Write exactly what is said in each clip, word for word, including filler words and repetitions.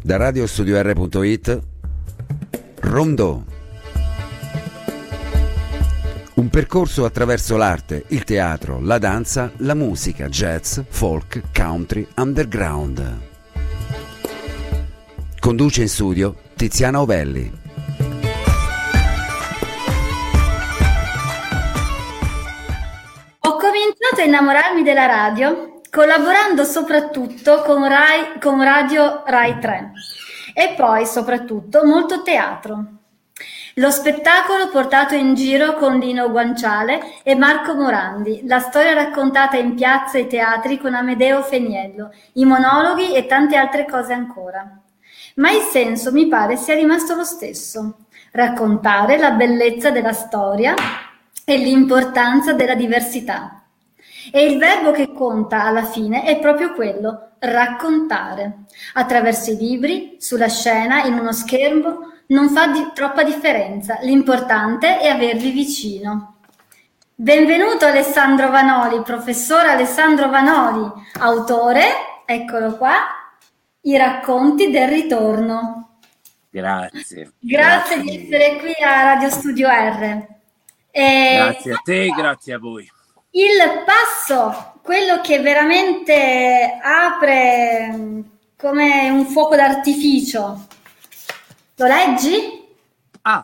Da radiostudio punto it, Rondò. Un percorso attraverso l'arte, il teatro, la danza, la musica, jazz, folk, country, underground. Conduce in studio Tiziana Ovelli. Ho cominciato a innamorarmi della radio collaborando soprattutto con, Rai, con Radio Rai tre e poi soprattutto molto teatro. Lo spettacolo portato in giro con Lino Guanciale e Marco Morandi, la storia raccontata in piazze e teatri con Amedeo Feniello, i monologhi e tante altre cose ancora. Ma il senso mi pare sia rimasto lo stesso: raccontare la bellezza della storia e l'importanza della diversità. E il verbo che conta alla fine è proprio quello, raccontare. Attraverso i libri, sulla scena, in uno schermo, non fa di- troppa differenza. L'importante è avervi vicino. Benvenuto Alessandro Vanoli, professor Alessandro Vanoli, autore, eccolo qua, I racconti del ritorno. Grazie. Grazie, grazie di essere qui a Radio Studio R. E... Grazie a te, grazie a voi. Il passo, quello che veramente apre come un fuoco d'artificio, lo leggi? Ah,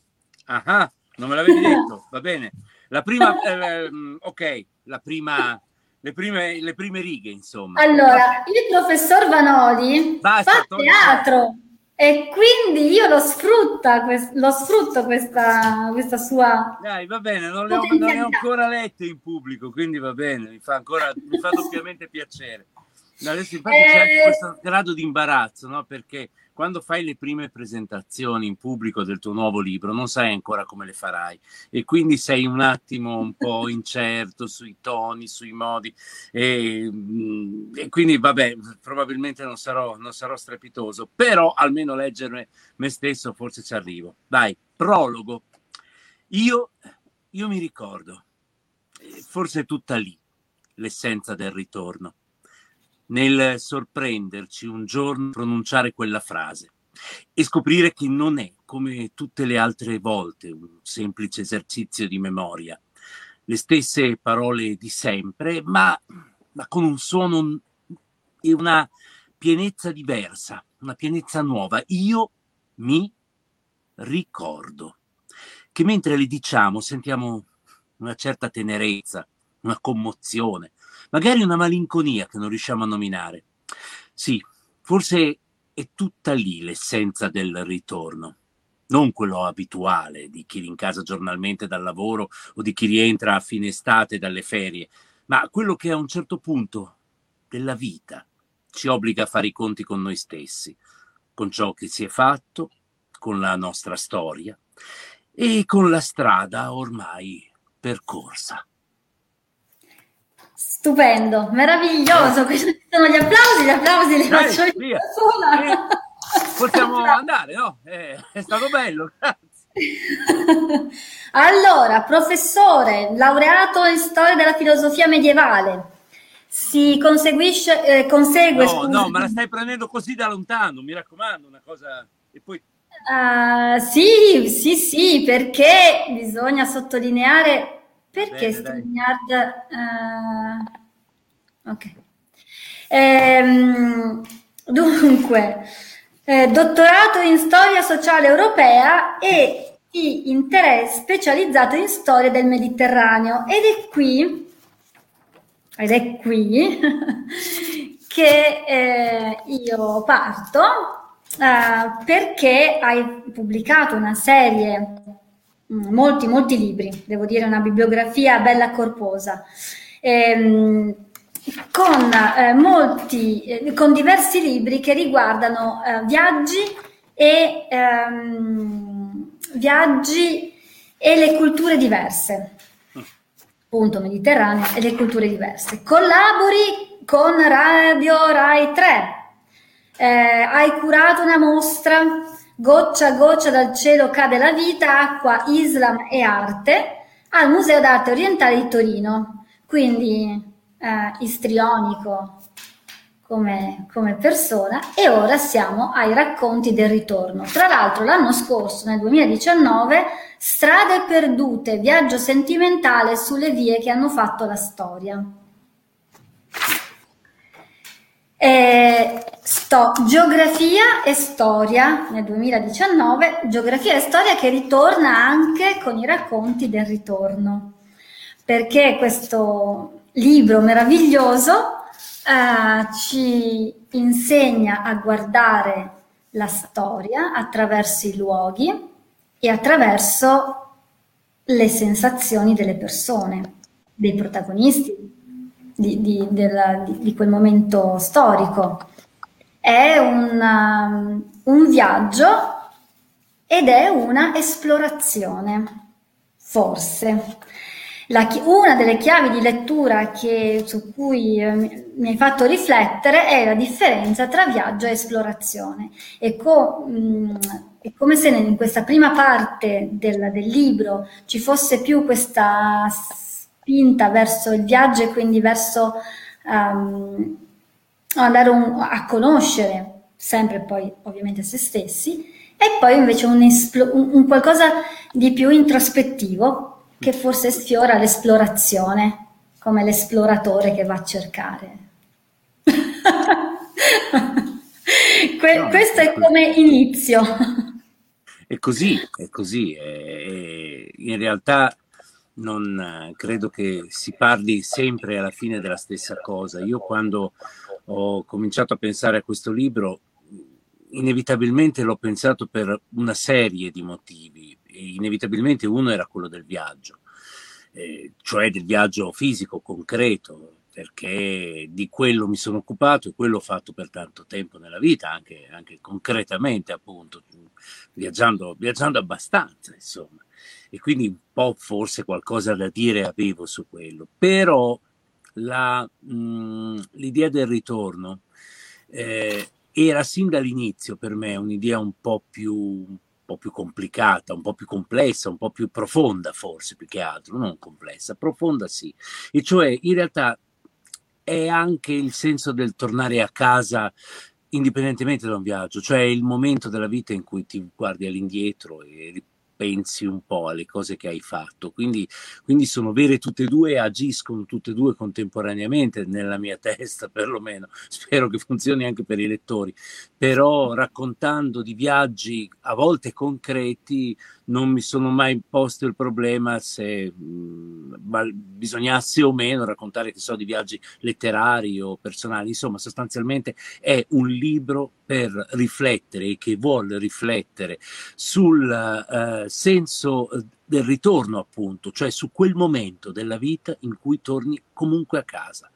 ah, non me l'avevi detto, va bene. La prima, eh, ok, la prima, le prime, le prime righe, insomma. Allora, il professor Vanoli Basta, fa togli. teatro e quindi io lo sfrutta, lo sfrutto questa, questa sua... Dai, va bene, non le, ho, non le ho ancora lette in pubblico, quindi va bene, mi fa ancora, mi fa doppiamente piacere. Adesso infatti eh... c'è anche questo grado di imbarazzo, no? Perché quando fai le prime presentazioni in pubblico del tuo nuovo libro non sai ancora come le farai e quindi sei un attimo un po' incerto sui toni, sui modi e, e quindi vabbè, probabilmente non sarò, non sarò strepitoso, però almeno leggere me stesso forse ci arrivo. Dai, prologo. Io, io mi ricordo, forse è tutta lì l'essenza del ritorno, nel sorprenderci un giorno pronunciare quella frase e scoprire che non è, come tutte le altre volte, un semplice esercizio di memoria, le stesse parole di sempre, ma, ma con un suono e una pienezza diversa, una pienezza nuova. Io mi ricordo che mentre le diciamo sentiamo una certa tenerezza, una commozione, magari una malinconia che non riusciamo a nominare. Sì, forse è tutta lì l'essenza del ritorno, non quello abituale di chi rincasa giornalmente dal lavoro o di chi rientra a fine estate dalle ferie, ma quello che a un certo punto della vita ci obbliga a fare i conti con noi stessi, con ciò che si è fatto, con la nostra storia e con la strada ormai percorsa. Stupendo, meraviglioso, questi sono gli applausi, gli applausi li Dai, faccio io via. da sola. Eh, possiamo andare, no? Eh, è stato bello, grazie. Allora, professore, laureato in storia della filosofia medievale, si conseguisce, eh, consegue... No, scusi, no, ma la stai prendendo così da lontano, mi raccomando, una cosa... E poi... Uh, sì, sì, sì, perché bisogna sottolineare... Perché Bene, StreamYard? Uh, ok. Ehm, dunque, eh, dottorato in storia sociale europea e di interesse specializzato in storia del Mediterraneo. Ed è qui, ed è qui che eh, io parto uh, perché hai pubblicato una serie... molti molti libri, devo dire una bibliografia bella corposa, ehm, con eh, molti eh, con diversi libri che riguardano eh, viaggi e ehm, viaggi e le culture diverse, appunto Mediterraneo e le culture diverse. Collabori con Radio Rai tre, eh, hai curato una mostra Goccia a goccia dal cielo cade la vita, acqua, Islam e arte al Museo d'Arte Orientale di Torino, quindi eh, istrionico, come, come persona, e ora siamo ai racconti del ritorno. Tra l'altro l'anno scorso, nel duemiladiciannove, Strade perdute, viaggio sentimentale sulle vie che hanno fatto la storia. Eh, sto, geografia e storia nel duemiladiciannove, geografia e storia che ritorna anche con i racconti del ritorno, perché questo libro meraviglioso eh, ci insegna a guardare la storia attraverso i luoghi e attraverso le sensazioni delle persone, dei protagonisti di, di, della, di, di quel momento storico. È un, um, un viaggio ed è una esplorazione, forse. La, una delle chiavi di lettura che, su cui eh, mi hai fatto riflettere è la differenza tra viaggio e esplorazione. E co, mh, è come se in questa prima parte del, del libro ci fosse più questa spinta verso il viaggio e quindi verso um, andare un, a conoscere sempre poi ovviamente se stessi, e poi invece un, esplo, un, un qualcosa di più introspettivo che forse sfiora l'esplorazione, come l'esploratore che va a cercare. que- no, questo è, è come inizio. È così, è così. È, in realtà non credo che si parli sempre alla fine della stessa cosa. Io quando ho cominciato a pensare a questo libro, inevitabilmente l'ho pensato per una serie di motivi. E inevitabilmente uno era quello del viaggio, eh, cioè del viaggio fisico, concreto, perché di quello mi sono occupato e quello ho fatto per tanto tempo nella vita, anche, anche concretamente, appunto, viaggiando, viaggiando abbastanza, insomma. E quindi un po' forse qualcosa da dire avevo su quello. Però la, mh, l'idea del ritorno eh, era sin dall'inizio per me un'idea un po' più... un po' più complicata, un po' più complessa, un po' più profonda forse, più che altro, non complessa, profonda sì. E cioè in realtà è anche il senso del tornare a casa indipendentemente da un viaggio, cioè il momento della vita in cui ti guardi all'indietro e pensi un po' alle cose che hai fatto, quindi, quindi sono vere tutte e due, agiscono tutte e due contemporaneamente nella mia testa perlomeno, spero che funzioni anche per i lettori, però raccontando di viaggi a volte concreti non mi sono mai posto il problema se mh, bisognasse o meno raccontare, che so, di viaggi letterari o personali, insomma sostanzialmente è un libro per riflettere e che vuole riflettere sul uh, senso del ritorno, appunto, cioè su quel momento della vita in cui torni comunque a casa,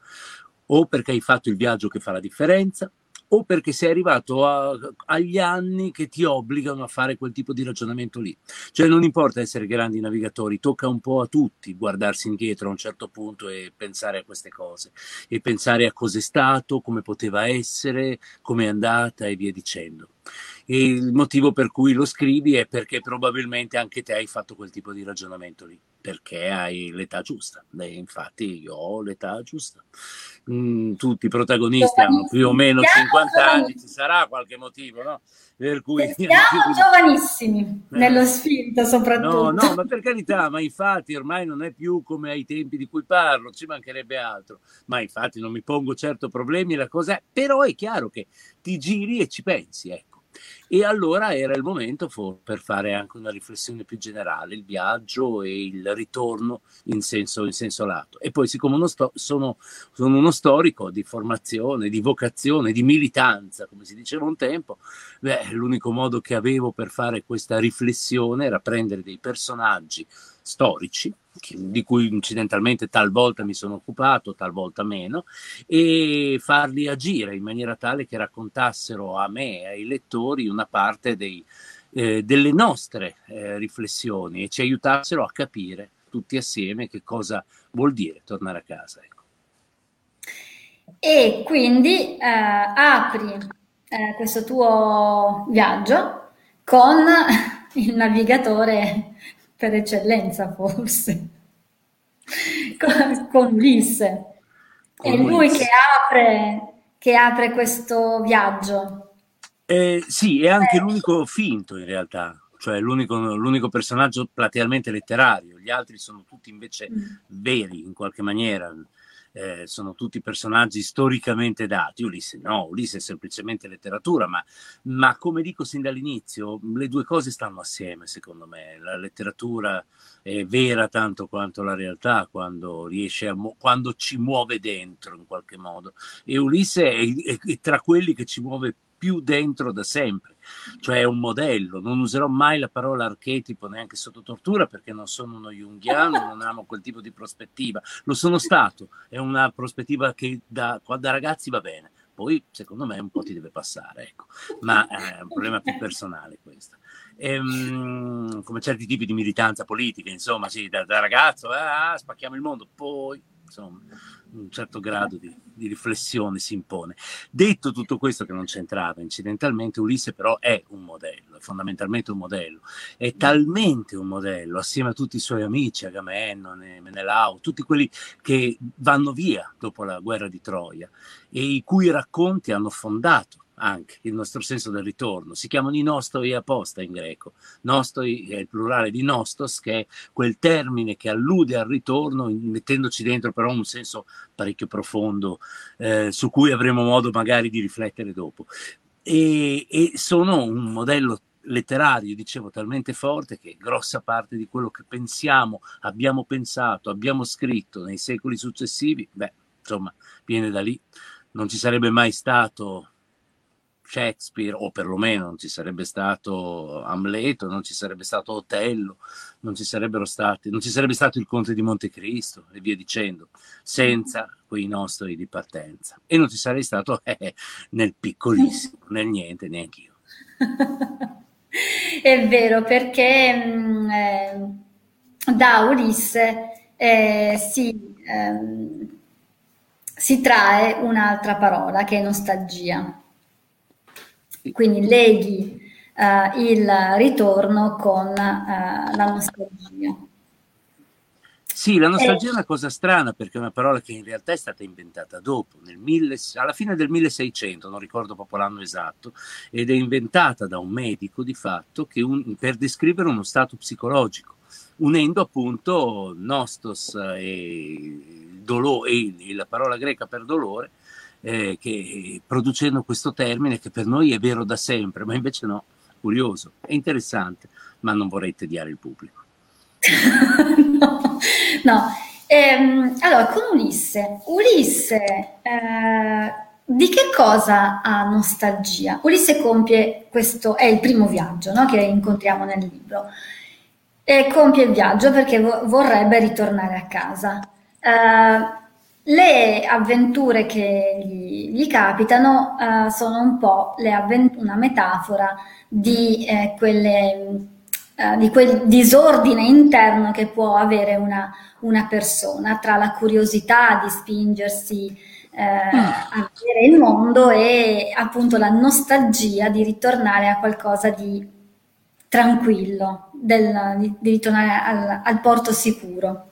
o perché hai fatto il viaggio che fa la differenza, o perché sei arrivato a, agli anni che ti obbligano a fare quel tipo di ragionamento lì. Cioè non importa essere grandi navigatori, tocca un po' a tutti guardarsi indietro a un certo punto e pensare a queste cose, e pensare a cos'è stato, come poteva essere, come è andata e via dicendo. E il motivo per cui lo scrivi è perché probabilmente anche te hai fatto quel tipo di ragionamento lì, perché hai l'età giusta. E infatti io ho l'età giusta. Mm, tutti i protagonisti hanno più o meno cinquanta anni, ci sarà qualche motivo, no? Per cui siamo giovanissimi, eh. nello spirito soprattutto. No, no, ma per carità, ma infatti ormai non è più come ai tempi di cui parlo, ci mancherebbe altro. Ma infatti non mi pongo certo problemi, la cosa è, però è chiaro che ti giri e ci pensi, ecco. E allora era il momento for- per fare anche una riflessione più generale, il viaggio e il ritorno in senso, in senso lato. E poi siccome uno sto- sono, sono uno storico di formazione, di vocazione, di militanza, come si diceva un tempo, beh, l'unico modo che avevo per fare questa riflessione era prendere dei personaggi storici, di cui incidentalmente talvolta mi sono occupato, talvolta meno, e farli agire in maniera tale che raccontassero a me e ai lettori una parte dei, eh, delle nostre eh, riflessioni e ci aiutassero a capire tutti assieme che cosa vuol dire tornare a casa. Ecco. E quindi eh, apri eh, questo tuo viaggio con il navigatore per eccellenza, forse, con, con Ulisse. Con è lui Ulisse. che apre, che apre questo viaggio. Eh, sì, è anche l'unico finto in realtà, cioè l'unico, l'unico personaggio platealmente letterario, gli altri sono tutti invece mm. veri in qualche maniera, eh, sono tutti personaggi storicamente dati. Ulisse no, Ulisse è semplicemente letteratura, ma, ma come dico sin dall'inizio, le due cose stanno assieme secondo me. La letteratura è vera tanto quanto la realtà, quando riesce a mu- quando ci muove dentro in qualche modo, e Ulisse è, è, è tra quelli che ci muove più dentro da sempre, cioè è un modello. Non userò mai la parola archetipo neanche sotto tortura, perché non sono uno junghiano, non amo quel tipo di prospettiva. Lo sono stato, è una prospettiva che da, da ragazzi va bene, poi secondo me un po' ti deve passare, ecco, ma è un problema più personale questo. Ehm, come certi tipi di militanza politica, insomma, sì, da, da ragazzo ah, spacchiamo il mondo, poi insomma un certo grado di, di riflessione si impone. Detto tutto questo, che non c'entrava incidentalmente, Ulisse però è un modello, è fondamentalmente un modello, è talmente un modello, assieme a tutti i suoi amici, Agamennone, Menelao, tutti quelli che vanno via dopo la guerra di Troia e i cui racconti hanno fondato anche il nostro senso del ritorno. Si chiamano i nostoi apposta in greco. Nostoi è il plurale di nostos, che è quel termine che allude al ritorno, mettendoci dentro però un senso parecchio profondo, eh, su cui avremo modo magari di riflettere dopo. E, e sono un modello letterario, dicevo, talmente forte che grossa parte di quello che pensiamo, abbiamo pensato, abbiamo scritto nei secoli successivi, beh, insomma, viene da lì. Non ci sarebbe mai stato Shakespeare, o perlomeno non ci sarebbe stato Amleto, non ci sarebbe stato Otello, non ci sarebbero stati, non ci sarebbe stato il Conte di Montecristo e via dicendo, senza quei nostri di partenza. E non ci sarei stato eh, nel piccolissimo, nel niente, neanche io. È vero, perché mh, eh, da Ulisse eh, si, eh, si trae un'altra parola che è nostalgia. Quindi leghi uh, il ritorno con uh, la nostalgia. Sì, la nostalgia eh. è una cosa strana, perché è una parola che in realtà è stata inventata dopo, nel mille, alla fine del milleseicento, non ricordo proprio l'anno esatto, ed è inventata da un medico di fatto che un, per descrivere uno stato psicologico, unendo appunto nostos e, dolo, e la parola greca per dolore, Eh, che producendo questo termine che per noi è vero da sempre, ma invece no, curioso, è interessante, ma non vorrei tediare il pubblico. no, no. Ehm, allora, con Ulisse, Ulisse eh, di che cosa ha nostalgia? Ulisse compie questo, è il primo viaggio, no, che incontriamo nel libro, e compie il viaggio perché vo- vorrebbe ritornare a casa. Eh, Le avventure che gli, gli capitano uh, sono un po' le avvent- una metafora di, eh, quelle, uh, di quel disordine interno che può avere una, una persona tra la curiosità di spingersi eh, a vedere il mondo e appunto la nostalgia di ritornare a qualcosa di tranquillo, del, di, di ritornare al, al porto sicuro.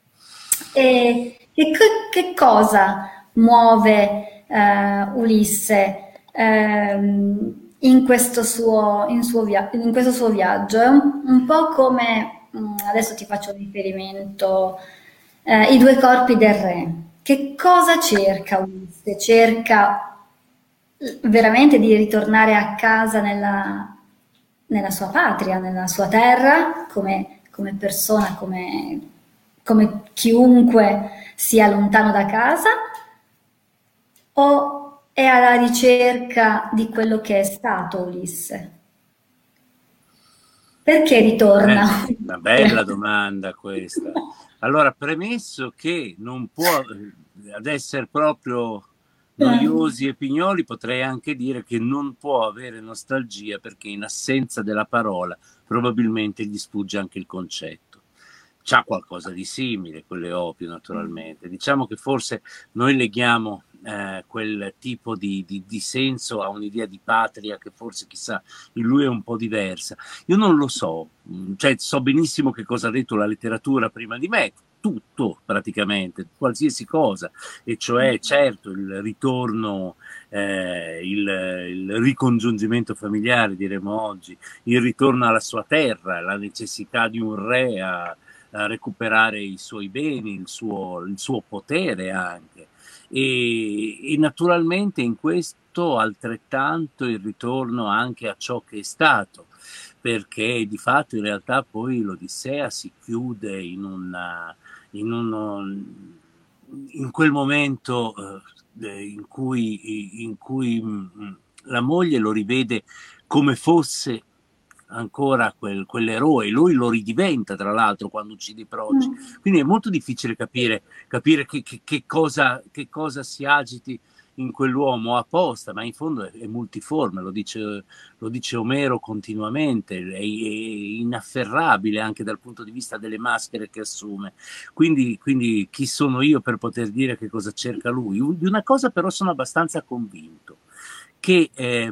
E che, che cosa muove eh, Ulisse ehm, in, questo suo, in, suo via- in questo suo viaggio? È un, un po' come, adesso ti faccio un riferimento, eh, i due corpi del re. Che cosa cerca Ulisse? Cerca veramente di ritornare a casa nella, nella sua patria, nella sua terra, come, come persona, come come chiunque sia lontano da casa, o è alla ricerca di quello che è stato Ulisse? Perché ritorna? Eh, una bella domanda questa. Allora, premesso che non può, ad essere proprio noiosi e pignoli, potrei anche dire che non può avere nostalgia perché in assenza della parola probabilmente gli sfugge anche il concetto. C'ha qualcosa di simile con le opie, naturalmente. Diciamo che forse noi leghiamo eh, quel tipo di, di, di senso a un'idea di patria che forse, chissà, in lui è un po' diversa. Io non lo so, cioè so benissimo che cosa ha detto la letteratura prima di me, tutto praticamente, qualsiasi cosa, e cioè certo il ritorno, eh, il, il ricongiungimento familiare, diremo oggi, il ritorno alla sua terra, la necessità di un re a, a recuperare i suoi beni, il suo, il suo potere anche. E, e naturalmente in questo altrettanto il ritorno anche a ciò che è stato, perché di fatto in realtà poi l'Odissea si chiude in, una, in, uno, in quel momento eh, in cui, in cui mh, la moglie lo rivede come fosse ancora quel, quell'eroe, lui lo ridiventa tra l'altro quando uccide i Proci, quindi è molto difficile capire, capire che, che, che, cosa, che cosa si agiti in quell'uomo apposta, ma in fondo è, è multiforme, lo dice, lo dice Omero continuamente, è, è inafferrabile anche dal punto di vista delle maschere che assume, quindi, quindi chi sono io per poter dire che cosa cerca lui? Di una cosa però sono abbastanza convinto, che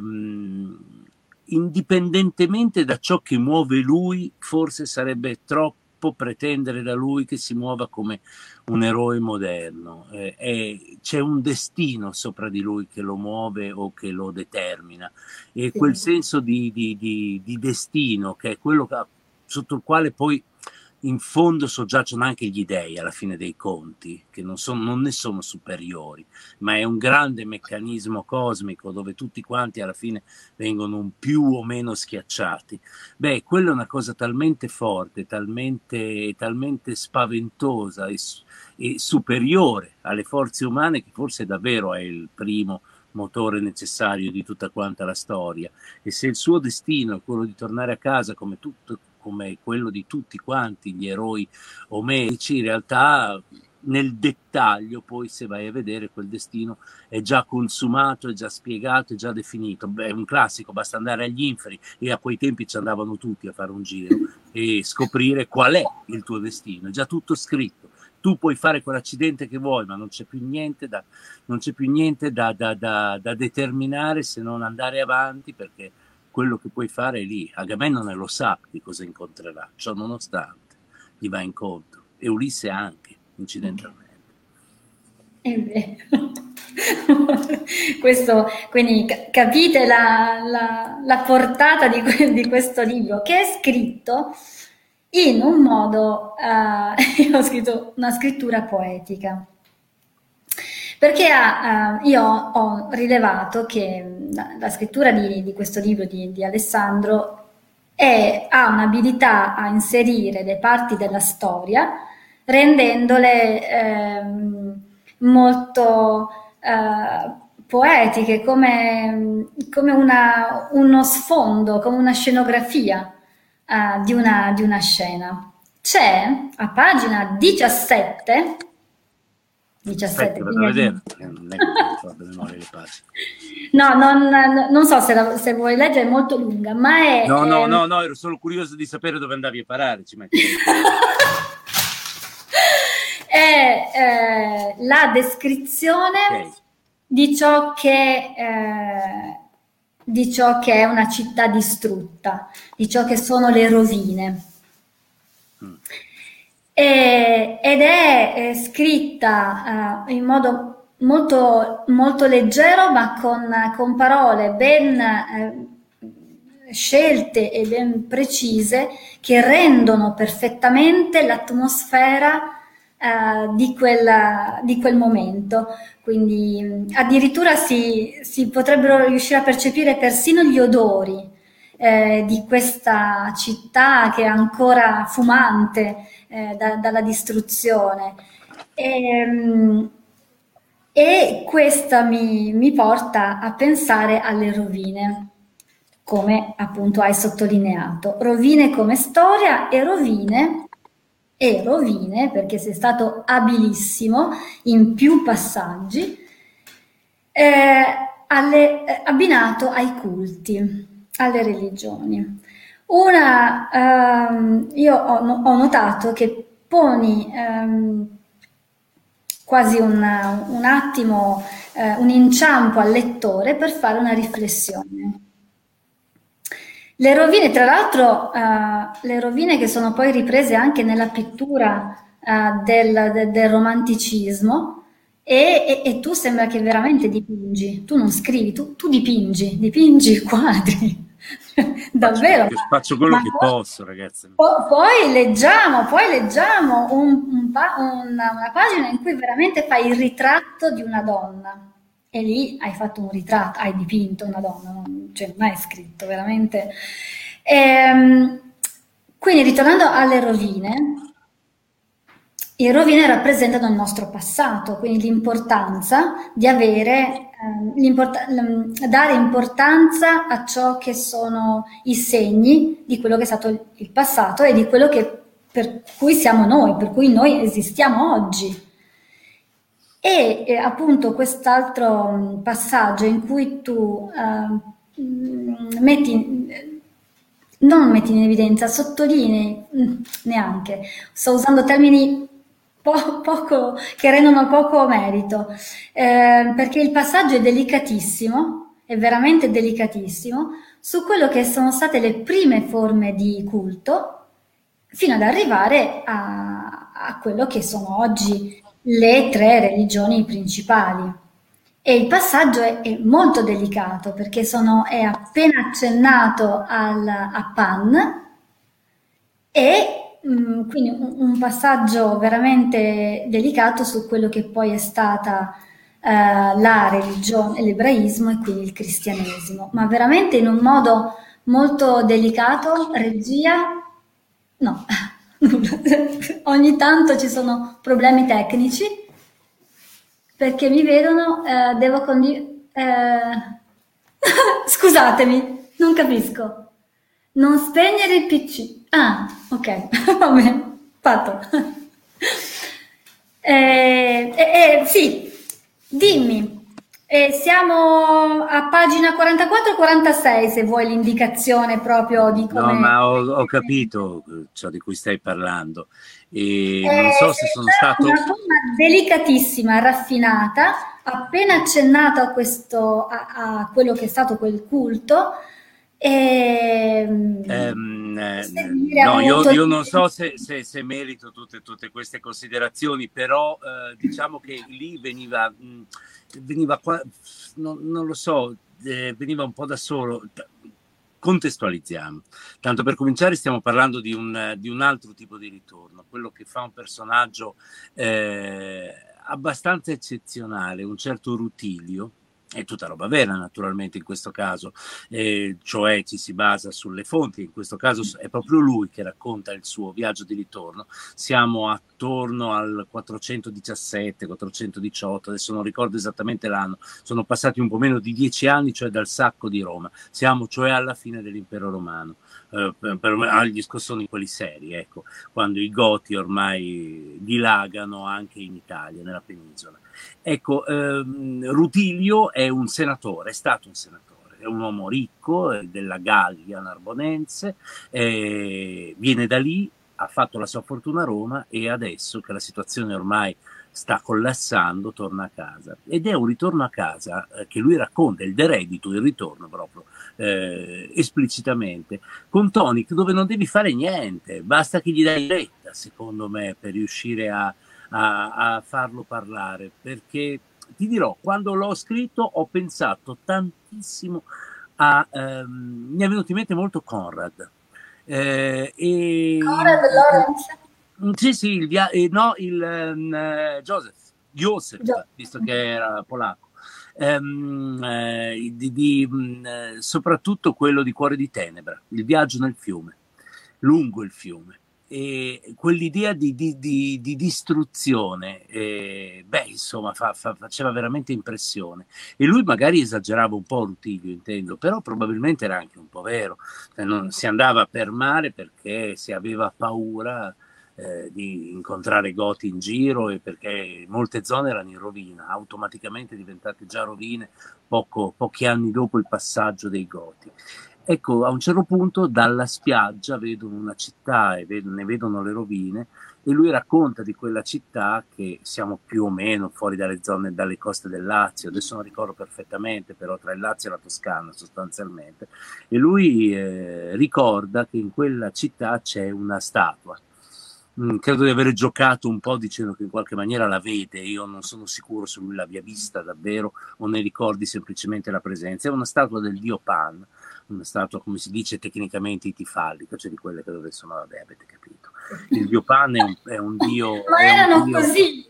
ehm, indipendentemente da ciò che muove lui, forse sarebbe troppo pretendere da lui che si muova come un eroe moderno. Eh, eh, c'è un destino sopra di lui che lo muove o che lo determina, e quel senso di, di, di, di destino, che è quello che, sotto il quale poi in fondo soggiacciono anche gli dei alla fine dei conti, che non, sono, non ne sono superiori, ma è un grande meccanismo cosmico dove tutti quanti alla fine vengono un più o meno schiacciati. Beh, quella è una cosa talmente forte, talmente, talmente spaventosa e, e superiore alle forze umane, che forse davvero è il primo motore necessario di tutta quanta la storia. E se il suo destino è quello di tornare a casa come tutto, come quello di tutti quanti gli eroi omerici, in realtà nel dettaglio poi, se vai a vedere, quel destino è già consumato, è già spiegato, è già definito. Beh, è un classico, basta andare agli inferi, e a quei tempi ci andavano tutti a fare un giro e scoprire qual è il tuo destino, è già tutto scritto. Tu puoi fare quell'accidente che vuoi, ma non c'è più niente da, non c'è più niente da, da, da, da determinare se non andare avanti, perché quello che puoi fare è lì. Agamennone lo sa di cosa incontrerà, ciò nonostante gli va incontro, e Ulisse anche, incidentalmente. È vero. Questo, quindi capite la, la, la portata di, di questo libro, che è scritto in un modo, uh, io ho scritto una scrittura poetica, perché uh, io ho rilevato che la, la scrittura di, di questo libro di, di Alessandro è, ha un'abilità a inserire le parti della storia rendendole eh, molto eh, poetiche, come, come una, uno sfondo, come una scenografia Uh, di, una, di una scena. C'è a pagina diciassette diciassette, Aspetta, vado a vedere, non è che mi ricordo le memorie le pagine. No, non, non so se, la, se vuoi leggere, è molto lunga, ma è... No, no, è... no, no, ero solo curioso di sapere dove andavi a parare, ci metti. È eh, la descrizione okay. di ciò che... Eh, di ciò che è una città distrutta, di ciò che sono le rovine. Mm. E, ed è, è scritta uh, in modo molto, molto leggero, ma con, con parole ben eh, scelte e ben precise, che rendono perfettamente l'atmosfera Uh, di, quella, di quel momento. Quindi mh, addirittura si, si potrebbero riuscire a percepire persino gli odori eh, di questa città che è ancora fumante eh, da, dalla distruzione. E, mh, e questa mi, mi porta a pensare alle rovine, come appunto hai sottolineato. Rovine come storia e rovine e rovine, perché sei stato abilissimo in più passaggi, eh, alle, eh, abbinato ai culti, alle religioni. Una, ehm, io ho, ho notato che poni ehm, quasi un, un attimo, eh, un inciampo al lettore per fare una riflessione. Le rovine, tra l'altro, uh, le rovine che sono poi riprese anche nella pittura uh, del, de, del romanticismo e, e, e tu sembra che veramente dipingi, tu non scrivi, tu, tu dipingi, dipingi quadri. Davvero. Faccio, faccio quello ma che poi, posso, ragazzi. Po- poi leggiamo, poi leggiamo un- un pa- una, una pagina in cui veramente fai il ritratto di una donna. E lì hai fatto un ritratto, hai dipinto una donna, non, cioè non hai scritto, veramente. Ehm, quindi ritornando alle rovine, le rovine rappresentano il nostro passato, quindi l'importanza di avere, ehm, l'import- l- dare importanza a ciò che sono i segni di quello che è stato il il passato e di quello che, per cui siamo noi, per cui noi esistiamo oggi. E eh, appunto quest'altro mh, passaggio in cui tu eh, mh, metti, non metti in evidenza, sottolinei, mh, neanche, sto usando termini po- poco, che rendono poco merito, eh, perché il passaggio è delicatissimo, è veramente delicatissimo, su quello che sono state le prime forme di culto, fino ad arrivare a, a quello che sono oggi le tre religioni principali. E il passaggio è, è molto delicato perché sono, è appena accennato al, a Pan e mh, quindi un, un passaggio veramente delicato su quello che poi è stata eh, la religione, l'ebraismo e quindi il cristianesimo, ma veramente in un modo molto delicato, regia, no, ogni tanto ci sono problemi tecnici perché mi vedono, eh, devo condividere. Scusatemi, non capisco. Non spegnere il P C. Ah, ok, va bene, fatto. Eh, eh, eh, sì, dimmi. Eh, siamo a pagina quarantaquattro o quarantasei se vuoi l'indicazione proprio di No, come. ma ho, ho capito ciò di cui stai parlando e non Eh, so se sono c'è una stato... forma delicatissima, raffinata, appena accennato a questo, a, a quello che è stato quel culto, e, Ehm, eh, seguire no, io, appunto. io non so se, se- se merito tutte, tutte queste considerazioni, però eh, diciamo che lì veniva, mh, veniva qua, non, non lo so, eh, veniva un po' da solo. Contestualizziamo. Tanto per cominciare stiamo parlando di un, di un altro tipo di ritorno, quello che fa un personaggio eh, abbastanza eccezionale, un certo Rutilio. È tutta roba vera naturalmente in questo caso, eh, cioè ci si basa sulle fonti, in questo caso è proprio lui che racconta il suo viaggio di ritorno. Siamo attorno al quattrocentodiciassette quattrocentodiciotto, adesso non ricordo esattamente l'anno, sono passati un po' meno di dieci anni, cioè dal sacco di Roma, siamo cioè alla fine dell'impero romano, eh, per, per, agli scossoni quelli seri, ecco, quando i Goti ormai dilagano anche in Italia, nella penisola. Ecco, ehm, Rutilio è un senatore, è stato un senatore, è un uomo ricco eh, della Gallia narbonense, eh, viene da lì, ha fatto la sua fortuna a Roma e adesso che la situazione ormai sta collassando torna a casa. Ed è un ritorno a casa eh, che lui racconta, il deredito, il ritorno proprio, eh, esplicitamente, con tonic dove non devi fare niente, basta che gli dai retta, secondo me, per riuscire a A, a farlo parlare, perché ti dirò, quando l'ho scritto ho pensato tantissimo a ehm, mi è venuto in mente molto Conrad eh, e il, Conrad Lorenz. sì sì il, via- eh, no il um, eh, Joseph Joseph Gio- visto che era polacco ehm, eh, di, di, mh, soprattutto quello di Cuore di Tenebra, il viaggio nel fiume, lungo il fiume. E quell'idea di, di, di, di distruzione, eh, beh, insomma, fa, fa, faceva veramente impressione. E lui magari esagerava un po', Rutilio, intendo, però probabilmente era anche un po' vero. Cioè, non si andava per mare perché si aveva paura eh, di incontrare Goti in giro e perché molte zone erano in rovina, automaticamente diventate già rovine poco, pochi anni dopo il passaggio dei Goti. Ecco, a un certo punto dalla spiaggia vedono una città e vedono, ne vedono le rovine e lui racconta di quella città che siamo più o meno fuori dalle zone, dalle coste del Lazio, adesso non ricordo perfettamente, però tra il Lazio e la Toscana sostanzialmente, e lui eh, ricorda che in quella città c'è una statua, mh, credo di aver giocato un po' dicendo che in qualche maniera la vede, io non sono sicuro se lui l'abbia vista davvero o ne ricordi semplicemente la presenza. È una statua del dio Pan, una statua, come si dice tecnicamente, itifallica, cioè di quelle che dove sono, vabbè, avete capito. Il dio Pan è un, è un dio... Ma è erano un dio... così.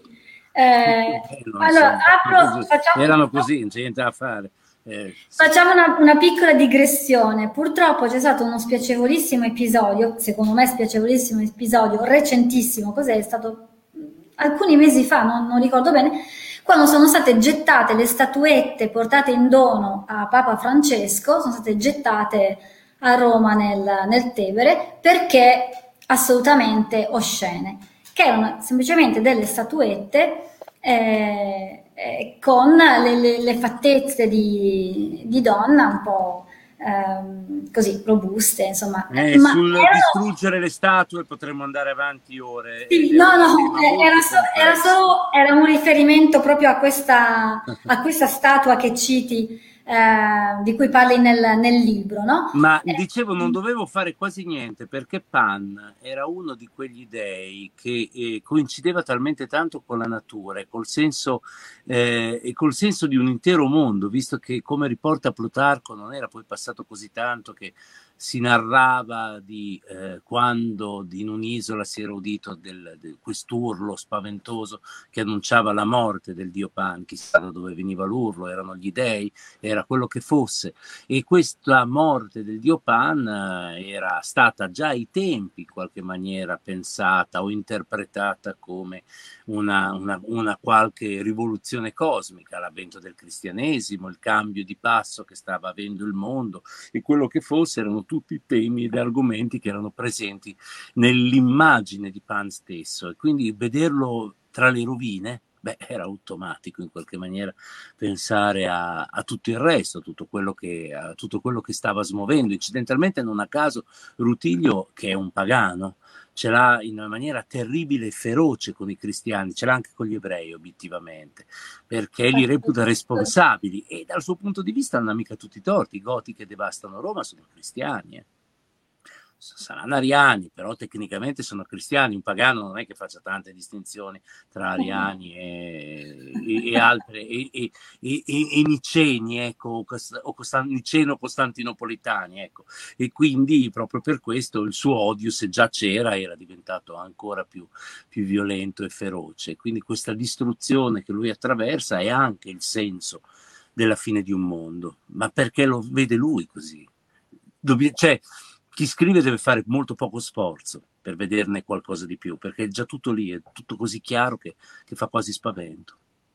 Eh, allora, apro, facciamo, erano così, non c'è niente da fare. Eh, facciamo una, una piccola digressione. Purtroppo c'è stato uno spiacevolissimo episodio, secondo me spiacevolissimo episodio, recentissimo, cos'è? È stato alcuni mesi fa, non, non ricordo bene, quando sono state gettate le statuette portate in dono a Papa Francesco, sono state gettate a Roma nel, nel Tevere, perché assolutamente oscene, che erano semplicemente delle statuette eh, eh, con le, le, le fattezze di, di donna un po' ehm, così robuste, insomma. Eh, Ma sul erano... distruggere le statue potremmo andare avanti ore. Sì, no, no, era, so, era solo era un riferimento proprio a questa, a questa statua che citi, eh, di cui parli nel, nel libro, no? Ma dicevo, non dovevo fare quasi niente perché Pan era uno di quegli dei che eh, coincideva talmente tanto con la natura e col senso, eh, e col senso di un intero mondo, visto che, come riporta Plutarco, non era poi passato così tanto che si narrava di eh, quando in un'isola si era udito del, del, quest'urlo spaventoso che annunciava la morte del dio Pan, chissà da dove veniva l'urlo, erano gli dei, era quello che fosse, e questa morte del dio Pan eh, era stata già ai tempi in qualche maniera pensata o interpretata come una, una, una qualche rivoluzione cosmica, l'avvento del cristianesimo, il cambio di passo che stava avendo il mondo e quello che fosse, erano tutti temi ed argomenti che erano presenti nell'immagine di Pan stesso, e quindi vederlo tra le rovine, beh, era automatico in qualche maniera pensare a, a tutto il resto, a tutto quello che, a tutto quello che stava smuovendo. Incidentalmente, non a caso, Rutilio, che è un pagano, ce l'ha in una maniera terribile e feroce con i cristiani, ce l'ha anche con gli ebrei obiettivamente, perché li reputa responsabili, e dal suo punto di vista non ha mica tutti i torti. I goti che devastano Roma sono cristiani, eh. Saranno ariani, però tecnicamente sono cristiani. Un pagano non è che faccia tante distinzioni tra ariani e, e, e altre e, e, e, e niceni, ecco, o costan, niceno costantinopolitani, ecco. E quindi proprio per questo il suo odio, se già c'era, era diventato ancora più, più violento e feroce. Quindi questa distruzione che lui attraversa è anche il senso della fine di un mondo, ma perché lo vede lui così? Dobbi- cioè, chi scrive deve fare molto poco sforzo per vederne qualcosa di più, perché è già tutto lì, è tutto così chiaro che, che fa quasi spavento.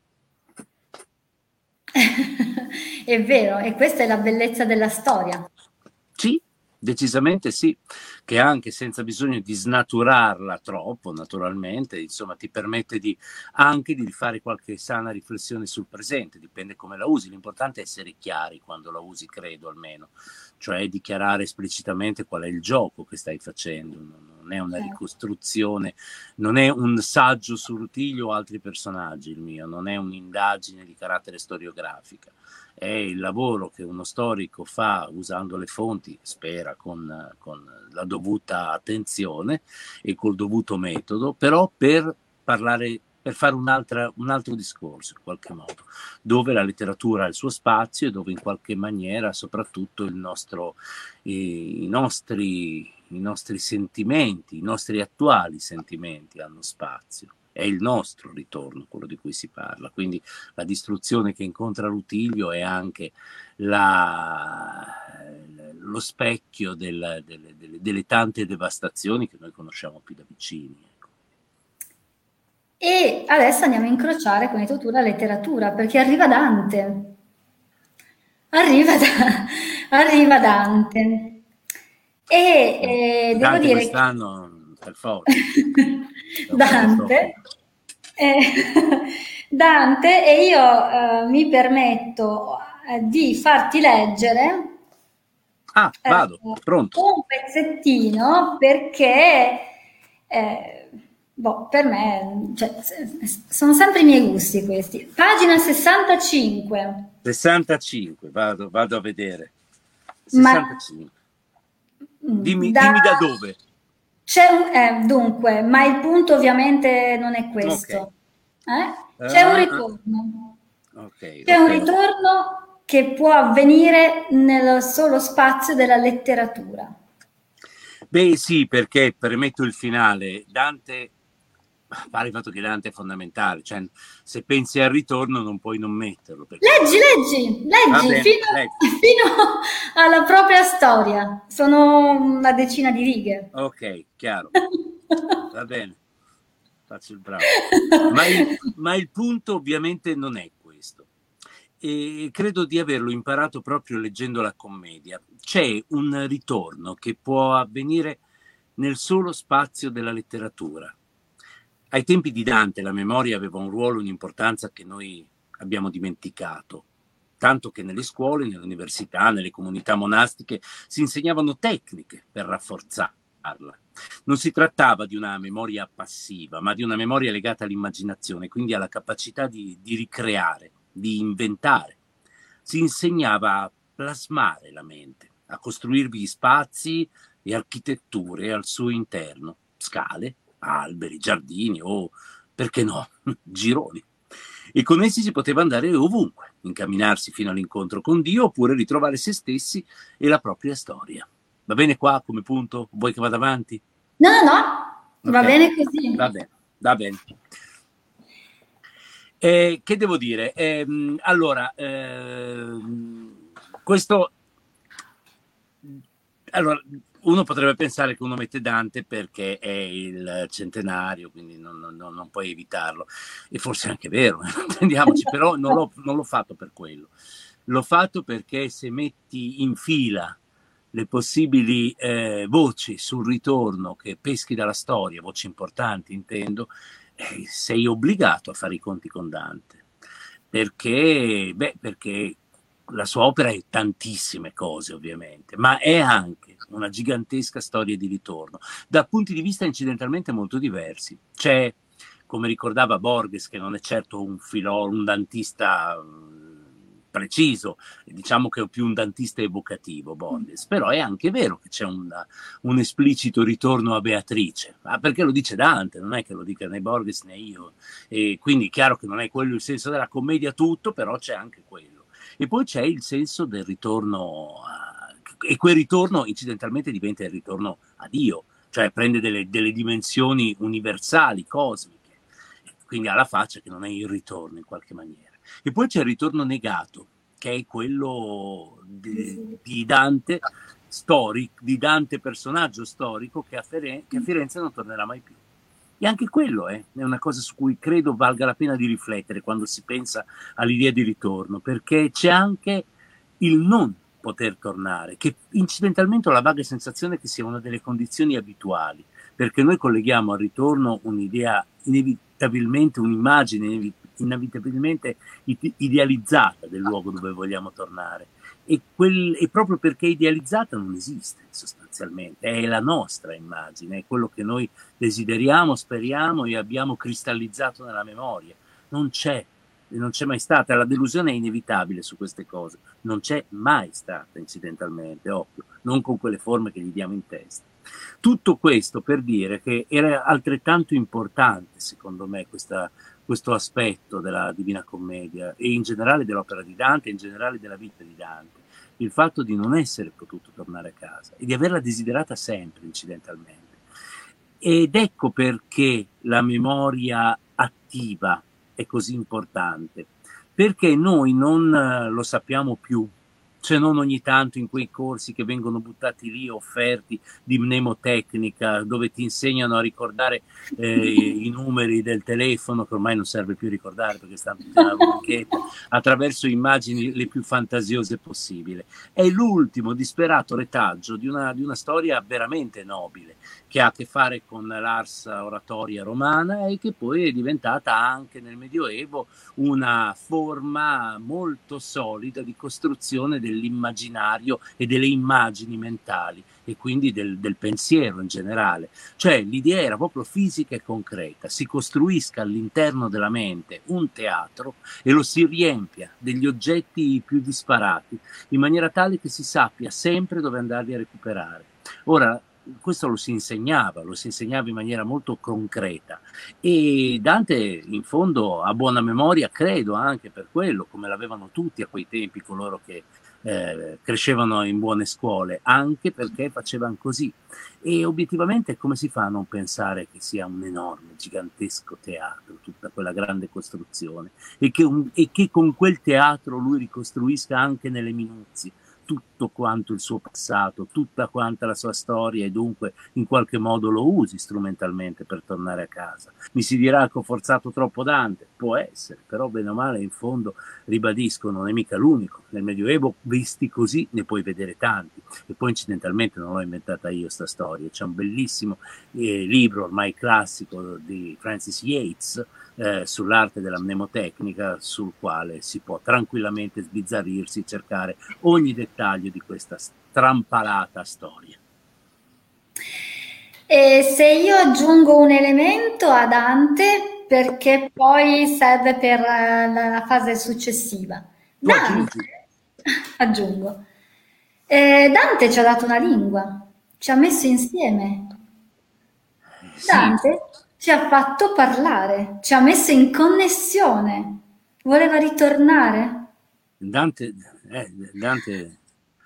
È vero, e questa è la bellezza della storia. Sì, decisamente sì, che anche senza bisogno di snaturarla troppo, naturalmente, insomma, ti permette di, anche di fare qualche sana riflessione sul presente, dipende come la usi. L'importante è essere chiari quando la usi, credo almeno, cioè dichiarare esplicitamente qual è il gioco che stai facendo. Non è una ricostruzione, non è un saggio su Rutilio o altri personaggi il mio, non è un'indagine di carattere storiografica. È il lavoro che uno storico fa usando le fonti, spera con, con la dovuta attenzione e col dovuto metodo, però per parlare, per fare un'altra, un altro discorso in qualche modo, dove la letteratura ha il suo spazio e dove in qualche maniera soprattutto il nostro, i, i nostri, i nostri sentimenti, i nostri attuali sentimenti hanno spazio. È il nostro ritorno quello di cui si parla, quindi la distruzione che incontra Rutilio è anche la, lo specchio del, delle, delle, delle tante devastazioni che noi conosciamo più da vicini. Ecco. E adesso andiamo a incrociare, come hai detto tu, la letteratura, perché arriva Dante. Arriva, da, arriva Dante. E eh, devo dire quest'anno per forza. Dante, eh, Dante e io eh, mi permetto eh, di farti leggere ah, vado, eh, pronto. un pezzettino perché eh, boh, per me cioè, sono sempre i miei gusti questi. Pagina sessantacinque. sessantacinque, vado, vado a vedere. sessantacinque. Ma, dimmi, da... dimmi da dove. C'è un, eh, dunque, ma il punto ovviamente non è questo. Okay. Eh? C'è uh, un ritorno. Okay, C'è okay. un ritorno che può avvenire nel solo spazio della letteratura. Beh sì, perché permetto il finale. Dante, a parte il fatto che Dante è fondamentale, cioè se pensi al ritorno non puoi non metterlo. Leggi, leggi, leggi, bene, fino, leggi fino alla propria storia. Sono una decina di righe. Ok, chiaro. Va bene, faccio il bravo. Ma il, ma il punto ovviamente non è questo. E credo di averlo imparato proprio leggendo la commedia. C'è un ritorno che può avvenire nel solo spazio della letteratura. Ai tempi di Dante la memoria aveva un ruolo, un'importanza che noi abbiamo dimenticato, tanto che nelle scuole, nelle università, nelle comunità monastiche si insegnavano tecniche per rafforzarla. Non si trattava di una memoria passiva, ma di una memoria legata all'immaginazione, quindi alla capacità di, di ricreare, di inventare. Si insegnava a plasmare la mente, a costruirvi spazi e architetture al suo interno, scale, alberi, giardini o, perché no, gironi. E con essi si poteva andare ovunque, incamminarsi fino all'incontro con Dio oppure ritrovare se stessi e la propria storia. Va bene qua come punto? Vuoi che vada avanti? No, no, no, okay. Va bene così. Va bene, va bene. Eh, che devo dire? Eh, allora, eh, questo... Allora, uno potrebbe pensare che uno mette Dante perché è il centenario, quindi non, non, non puoi evitarlo. E forse è anche vero, intendiamoci, però non l'ho, non l'ho fatto per quello. L'ho fatto perché se metti in fila le possibili eh, voci sul ritorno che peschi dalla storia, voci importanti intendo, eh, sei obbligato a fare i conti con Dante. Perché, beh, perché la sua opera è tantissime cose ovviamente, ma è anche una gigantesca storia di ritorno, da punti di vista incidentalmente molto diversi. C'è, come ricordava Borges, che non è certo un filò, un dantista preciso, diciamo che è più un dantista evocativo Borges, però è anche vero che c'è una, un esplicito ritorno a Beatrice, ma perché lo dice Dante, non è che lo dica né Borges né io, e quindi è chiaro che non è quello il senso della commedia tutto, però c'è anche quello. E poi c'è il senso del ritorno a... e quel ritorno incidentalmente diventa il ritorno a Dio, cioè prende delle, delle dimensioni universali, cosmiche, quindi ha la faccia che non è il ritorno in qualche maniera. E poi c'è il ritorno negato, che è quello di, di Dante storico, di Dante personaggio storico che a, Firenze, che a Firenze non tornerà mai più. E anche quello eh, è una cosa su cui credo valga la pena di riflettere quando si pensa all'idea di ritorno, perché c'è anche il non poter tornare, che incidentalmente ho la vaga sensazione che sia una delle condizioni abituali, perché noi colleghiamo al ritorno un'idea inevitabilmente, un'immagine inevitabilmente idealizzata del luogo dove vogliamo tornare. E, quel, e proprio perché idealizzata non esiste sostanzialmente, è la nostra immagine, è quello che noi desideriamo, speriamo e abbiamo cristallizzato nella memoria. Non c'è, non c'è mai stata, la delusione è inevitabile su queste cose, non c'è mai stata incidentalmente, occhio, non con quelle forme che gli diamo in testa. Tutto questo per dire che era altrettanto importante, secondo me, questa, questo aspetto della Divina Commedia e in generale dell'opera di Dante e in generale della vita di Dante, il fatto di non essere potuto tornare a casa e di averla desiderata sempre incidentalmente. Ed ecco perché la memoria attiva è così importante, perché noi non lo sappiamo più, se non ogni tanto in quei corsi che vengono buttati lì, offerti di mnemotecnica, dove ti insegnano a ricordare eh, i numeri del telefono, che ormai non serve più ricordare perché stanno tutti nella rubrichetta, attraverso immagini le più fantasiose possibile. È l'ultimo disperato retaggio di una, di una storia veramente nobile, che ha a che fare con l'ars oratoria romana e che poi è diventata anche nel Medioevo una forma molto solida di costruzione dell'immaginario e delle immagini mentali e quindi del, del pensiero in generale. Cioè l'idea era proprio fisica e concreta, si costruisca all'interno della mente un teatro e lo si riempia degli oggetti più disparati in maniera tale che si sappia sempre dove andarli a recuperare. Ora, questo lo si insegnava, lo si insegnava in maniera molto concreta, e Dante in fondo ha buona memoria, credo, anche per quello, come l'avevano tutti a quei tempi coloro che eh, crescevano in buone scuole, anche perché facevano così. E obiettivamente come si fa a non pensare che sia un enorme, gigantesco teatro, tutta quella grande costruzione, e che, un, e che con quel teatro lui ricostruisca anche nelle minuzie tutto quanto il suo passato, tutta quanta la sua storia, e dunque in qualche modo lo usi strumentalmente per tornare a casa. Mi si dirà che ho forzato troppo Dante, può essere, però bene o male in fondo, ribadisco, non è mica l'unico. Nel Medioevo visti così ne puoi vedere tanti, e poi incidentalmente non l'ho inventata io sta storia, c'è un bellissimo eh, libro ormai classico di Francis Yates eh, sull'arte della mnemotecnica, sul quale si può tranquillamente sbizzarrirsi, cercare ogni dettaglio di questa strampalata storia. E se io aggiungo un elemento a Dante, perché poi serve per la fase successiva. Dante, aggiungo, eh, Dante ci ha dato una lingua, ci ha messo insieme. Dante sì. Ci ha fatto parlare, ci ha messo in connessione, voleva ritornare. Dante, eh, Dante...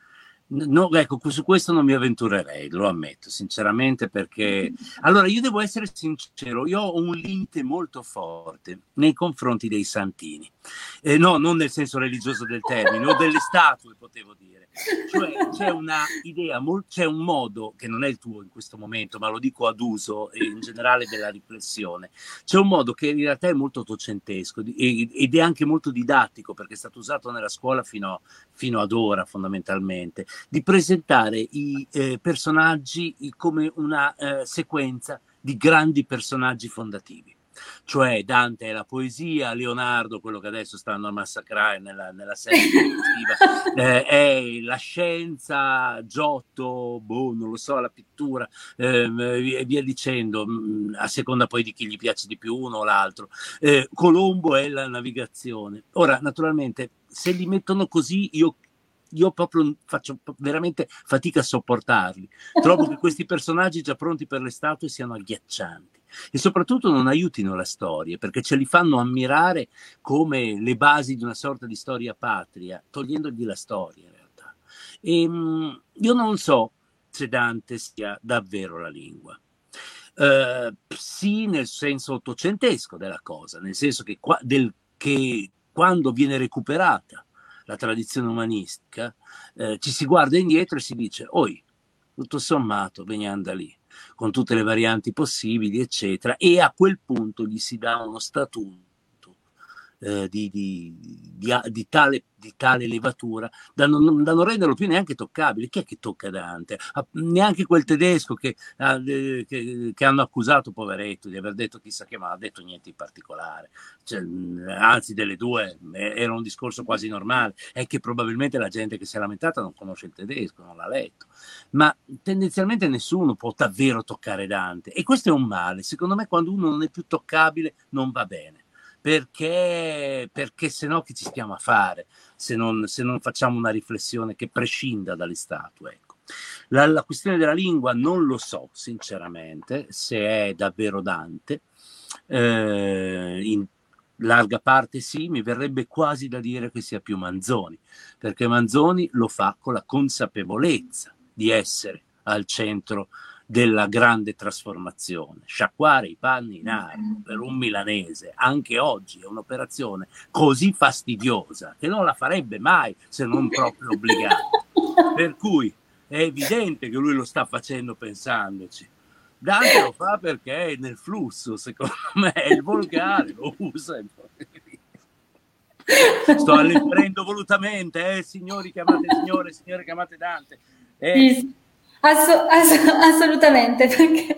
No, ecco, su questo non mi avventurerei, lo ammetto sinceramente, perché allora io devo essere sincero, io ho un limite molto forte nei confronti dei santini, eh, no, non nel senso religioso del termine, o delle statue, potevo dire. Cioè c'è una idea, c'è un modo che non è il tuo in questo momento, ma lo dico ad uso e in generale della riflessione, c'è un modo che in realtà è molto ottocentesco ed è anche molto didattico, perché è stato usato nella scuola fino, fino ad ora fondamentalmente, di presentare i eh, personaggi come una eh, sequenza di grandi personaggi fondativi. Cioè Dante è la poesia, Leonardo, quello che adesso stanno a massacrare nella, nella serie televisiva, eh, è la scienza, Giotto, boh, non lo so, la pittura, eh, e via dicendo, a seconda poi di chi gli piace di più uno o l'altro. Eh, Colombo è la navigazione. Ora, naturalmente, se li mettono così, io io proprio faccio veramente fatica a sopportarli. Trovo che questi personaggi già pronti per le statue siano agghiaccianti e soprattutto non aiutino la storia, perché ce li fanno ammirare come le basi di una sorta di storia patria, togliendogli la storia in realtà. E, mh, io non so se Dante sia davvero la lingua. Uh, sì, nel senso ottocentesco della cosa, nel senso che, qua, del, che quando viene recuperata la tradizione umanistica, eh, ci si guarda indietro e si dice, oi, tutto sommato veniamo da lì, con tutte le varianti possibili, eccetera, e a quel punto gli si dà uno statuto eh, di, di, di, di, tale, di tale levatura da non, da non renderlo più neanche toccabile. Chi è che tocca Dante? Ah, neanche quel tedesco che, ah, che, che hanno accusato, poveretto, di aver detto chissà che, ma ha detto niente in particolare. Cioè, anzi, delle due era un discorso quasi normale. È che probabilmente la gente che si è lamentata non conosce il tedesco, non l'ha letto, ma tendenzialmente nessuno può davvero toccare Dante, e questo è un male. Secondo me, quando uno non è più toccabile non va bene, perché perché se no che ci stiamo a fare se non, se non facciamo una riflessione che prescinda dalle statue, ecco. La, la questione della lingua non lo so sinceramente se è davvero Dante, eh, in larga parte sì, mi verrebbe quasi da dire che sia più Manzoni, perché Manzoni lo fa con la consapevolezza di essere al centro della grande trasformazione. Sciacquare i panni in aria per un milanese anche oggi è un'operazione così fastidiosa che non la farebbe mai se non proprio obbligato, per cui è evidente che lui lo sta facendo pensandoci. Dante lo fa perché è nel flusso, secondo me, è il volgare, lo usa e poi... Sto alleggerendo volutamente, eh, signori chiamate signore, signore chiamate Dante. Eh. Sì, ass- ass- assolutamente, perché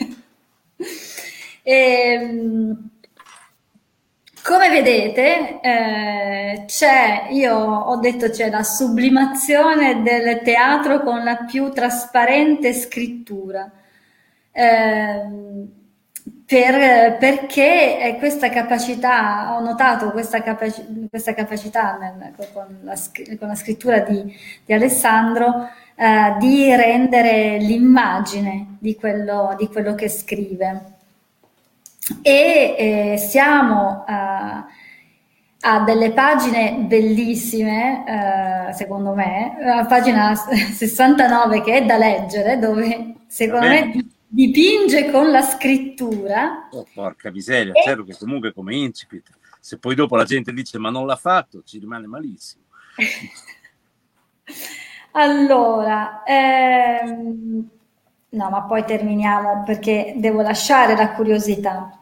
ehm, come vedete eh, c'è, io ho detto c'è la sublimazione del teatro con la più trasparente scrittura. Eh, per, perché questa capacità, ho notato questa, capaci- questa capacità nel, con, la, con la scrittura di, di Alessandro eh, di rendere l'immagine di quello, di quello che scrive. E eh, siamo a, a delle pagine bellissime, eh, secondo me, a pagina sessantanove, che è da leggere, dove secondo me dipinge con la scrittura. Oh, porca miseria, e... certo che comunque come incipit, se poi dopo la gente dice ma non l'ha fatto, ci rimane malissimo. Allora, ehm... no, ma poi terminiamo perché devo lasciare la curiosità.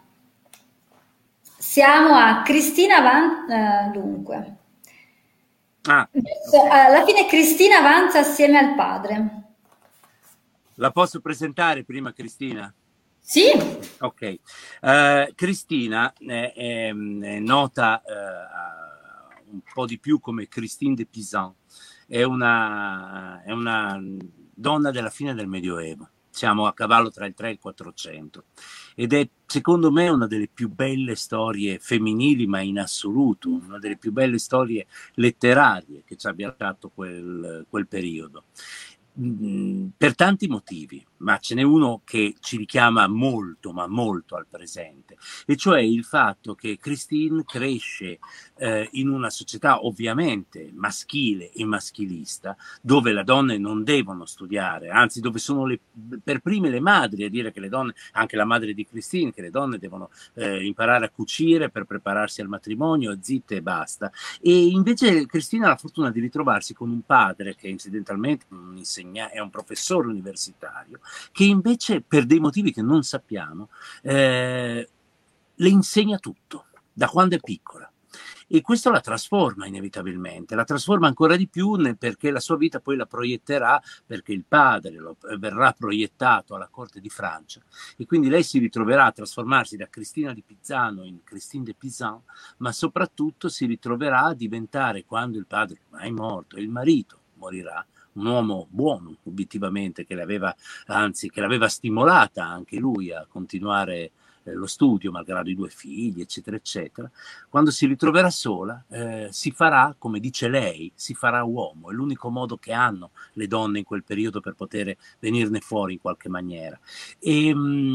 Siamo a Cristina Van... Eh, dunque. Ah, alla fine Cristina avanza assieme al padre. La posso presentare prima, Cristina? Sì. Ok. Uh, Cristina è, è, è nota uh, un po' di più come Christine de Pizan. È una, è una donna della fine del Medioevo. Siamo a cavallo tra il tre e il quattrocento. Ed è, secondo me, una delle più belle storie femminili, ma in assoluto, una delle più belle storie letterarie che ci abbia lasciato quel, quel periodo. Per tanti motivi, ma ce n'è uno che ci richiama molto, ma molto al presente, e cioè il fatto che Christine cresce eh, in una società ovviamente maschile e maschilista, dove le donne non devono studiare, anzi dove sono le, per prime le madri a dire che le donne, anche la madre di Christine, che le donne devono eh, imparare a cucire per prepararsi al matrimonio, zitte e basta. E invece Christine ha la fortuna di ritrovarsi con un padre che incidentalmente un insegna, è un professore universitario, che invece per dei motivi che non sappiamo eh, le insegna tutto da quando è piccola, e questo la trasforma inevitabilmente, la trasforma ancora di più nel, perché la sua vita poi la proietterà, perché il padre lo, verrà proiettato alla corte di Francia, e quindi lei si ritroverà a trasformarsi da Cristina di Pizzano in Christine de Pizan, ma soprattutto si ritroverà a diventare, quando il padre ormai è morto e il marito morirà, un uomo buono obiettivamente, che l'aveva, anzi che l'aveva stimolata anche lui a continuare eh, lo studio malgrado i due figli eccetera eccetera. Quando si ritroverà sola eh, si farà, come dice lei, si farà uomo. È l'unico modo che hanno le donne in quel periodo per poter venirne fuori in qualche maniera, e,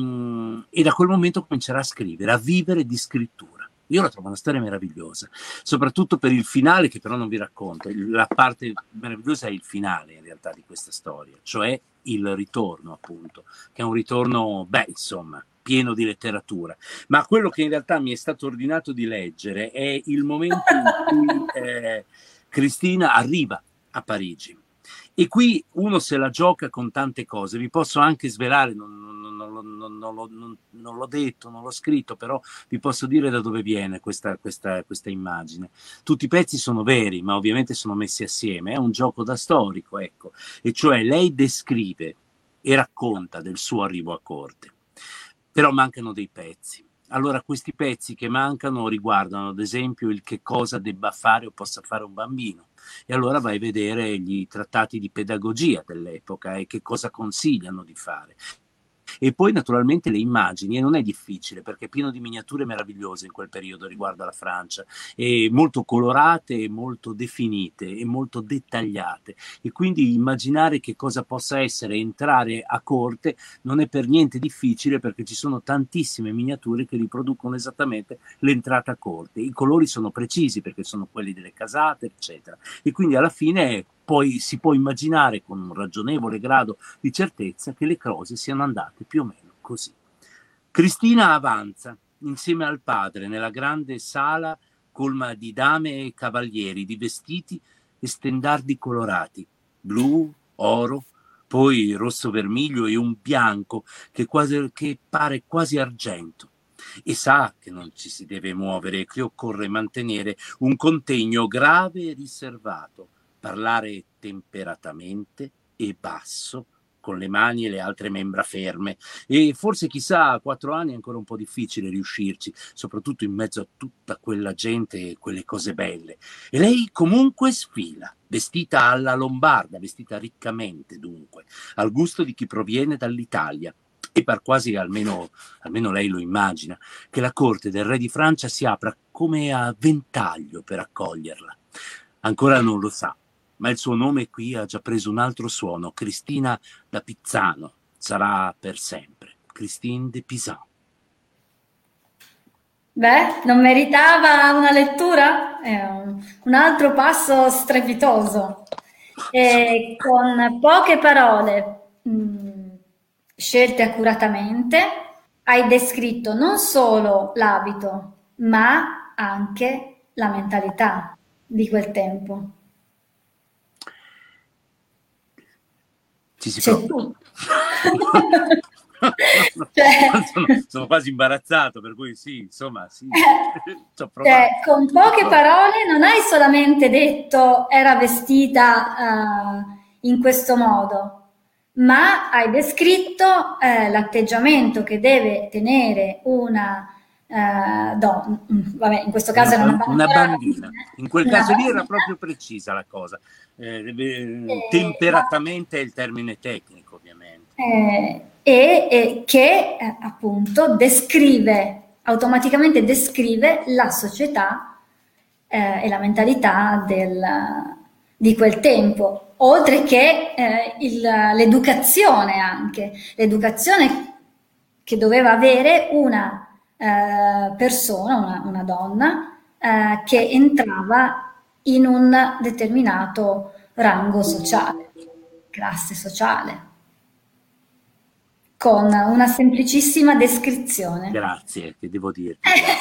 mh, e da quel momento comincerà a scrivere, a vivere di scrittura. Io la trovo una storia meravigliosa, soprattutto per il finale, che però non vi racconto. La parte meravigliosa è il finale, in realtà, di questa storia, cioè il ritorno, appunto, che è un ritorno, beh, insomma, pieno di letteratura. Ma quello che in realtà mi è stato ordinato di leggere è il momento in cui eh, Cristina arriva a Parigi. E qui uno se la gioca con tante cose. Vi posso anche svelare, non, non, non, non, non, non, non l'ho detto, non l'ho scritto, però vi posso dire da dove viene questa, questa, questa immagine. Tutti i pezzi sono veri, ma ovviamente sono messi assieme. È un gioco da storico, ecco. E cioè lei descrive e racconta del suo arrivo a corte, però mancano dei pezzi. Allora questi pezzi che mancano riguardano ad esempio il che cosa debba fare o possa fare un bambino, e allora vai a vedere i trattati di pedagogia dell'epoca e che cosa consigliano di fare. E poi naturalmente le immagini, e non è difficile perché è pieno di miniature meravigliose in quel periodo riguardo alla Francia, e molto colorate e molto definite e molto dettagliate, e quindi immaginare che cosa possa essere entrare a corte non è per niente difficile, perché ci sono tantissime miniature che riproducono esattamente l'entrata a corte. I colori sono precisi perché sono quelli delle casate eccetera, e quindi alla fine poi si può immaginare con un ragionevole grado di certezza che le cose siano andate più o meno così. Cristina avanza insieme al padre nella grande sala colma di dame e cavalieri, di vestiti e stendardi colorati, blu, oro, poi rosso vermiglio e un bianco che, quasi, che pare quasi argento. E sa che non ci si deve muovere e che occorre mantenere un contegno grave e riservato, parlare temperatamente e basso, con le mani e le altre membra ferme, e forse chissà a quattro anni è ancora un po' difficile riuscirci, soprattutto in mezzo a tutta quella gente e quelle cose belle. E lei comunque sfila, vestita alla lombarda, vestita riccamente dunque, al gusto di chi proviene dall'Italia, e par quasi, almeno, almeno lei lo immagina, che la corte del re di Francia si apra come a ventaglio per accoglierla. Ancora non lo sa, ma il suo nome qui ha già preso un altro suono, Cristina da Pizzano. sarà per sempre. Christine de Pizan. Beh, non meritava una lettura? È un, un altro passo strepitoso. E con poche parole mh, scelte accuratamente, hai descritto non solo l'abito, ma anche la mentalità di quel tempo. Ci si C'è prova. tutto. Cioè, sono, sono quasi imbarazzato, per cui sì, insomma, sì. Cioè, con poche parole non hai solamente detto era vestita uh, in questo modo, ma hai descritto eh, l'atteggiamento che deve tenere una uh, donna, vabbè, in questo caso una, era una bambina. Una bambina. In quel caso bambina. lì era proprio precisa la cosa. Eh, eh, temperatamente è il termine tecnico, ovviamente. Eh, e, e che eh, appunto descrive, automaticamente descrive la società eh, e la mentalità del, di quel tempo, oltre che eh, il, l'educazione anche, l'educazione che doveva avere una eh, persona, una, una donna, eh, che entrava in un determinato rango sociale, classe sociale, con una semplicissima descrizione. Grazie, che devo dirti.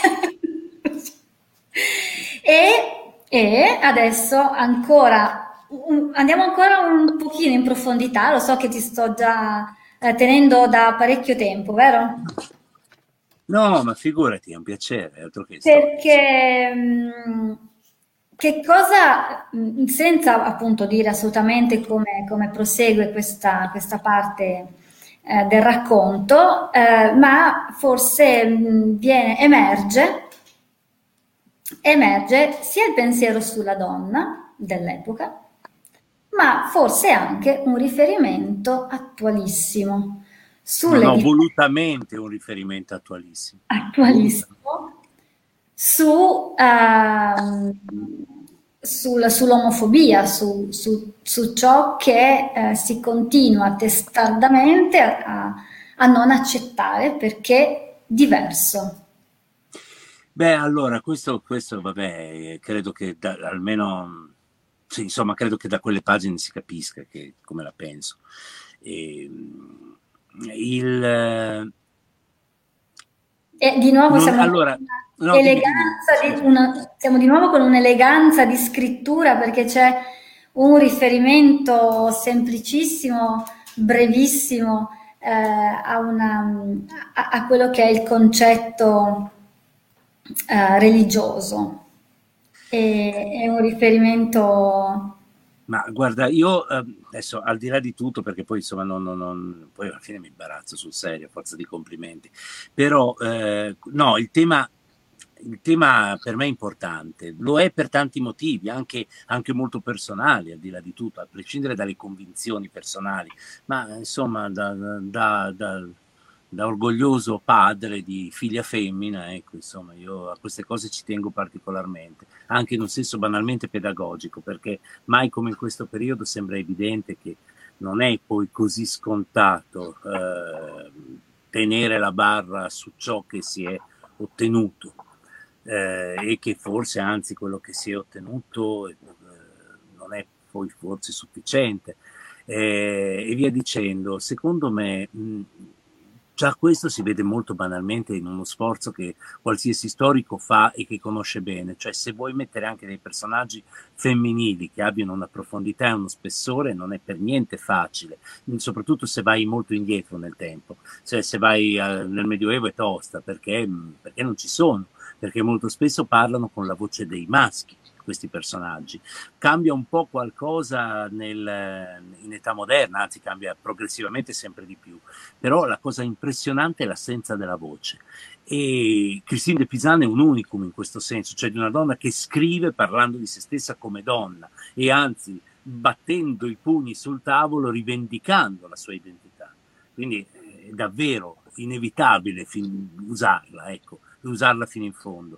e, e adesso ancora, un, andiamo ancora un pochino in profondità, lo so che ti sto già eh, tenendo da parecchio tempo, vero? No, ma figurati, è un piacere. Altro che Perché mh, che cosa, mh, senza appunto dire assolutamente come, come prosegue questa, questa parte eh, del racconto, eh, ma forse mh, viene, emerge, emerge sia il pensiero sulla donna dell'epoca, ma forse anche un riferimento attualissimo. Sulle non ho dif- volutamente un riferimento attualissimo. attualissimo su, uh, sul, sull'omofobia, su, su, su ciò che uh, si continua testardamente a, a non accettare perché diverso. Beh, allora, questo, questo vabbè, credo che da, almeno, sì, insomma, credo che da quelle pagine si capisca che, come la penso. E, il... E di nuovo non, siamo, allora, no, eleganza dimmi, dimmi, di una, siamo di nuovo con un'eleganza di scrittura perché c'è un riferimento semplicissimo, brevissimo eh, a, una, a, a quello che è il concetto eh, religioso. E, è un riferimento... Ma guarda, io adesso al di là di tutto, perché poi insomma non, non, non poi alla fine mi imbarazzo sul serio a forza di complimenti, però eh, no, il tema, il tema per me è importante, lo è per tanti motivi, anche, anche molto personali, al di là di tutto, a prescindere dalle convinzioni personali, ma insomma da, da, da, da orgoglioso padre di figlia femmina, ecco, insomma, io a queste cose ci tengo particolarmente, anche in un senso banalmente pedagogico, perché mai come in questo periodo sembra evidente che non è poi così scontato eh, tenere la barra su ciò che si è ottenuto eh, e che forse anzi quello che si è ottenuto eh, non è poi forse sufficiente eh, e via dicendo. Secondo me mh, già questo si vede molto banalmente in uno sforzo che qualsiasi storico fa e che conosce bene, cioè se vuoi mettere anche dei personaggi femminili che abbiano una profondità e uno spessore non è per niente facile, soprattutto se vai molto indietro nel tempo, cioè se vai uh, nel Medioevo è tosta perché, perché non ci sono, perché molto spesso parlano con la voce dei maschi questi personaggi. Cambia un po' qualcosa nel, in età moderna, anzi cambia progressivamente sempre di più, però la cosa impressionante è l'assenza della voce e Christine de Pizan è un unicum in questo senso, cioè di una donna che scrive parlando di se stessa come donna e anzi battendo i pugni sul tavolo rivendicando la sua identità, quindi è davvero inevitabile fin- usarla, ecco, usarla fino in fondo.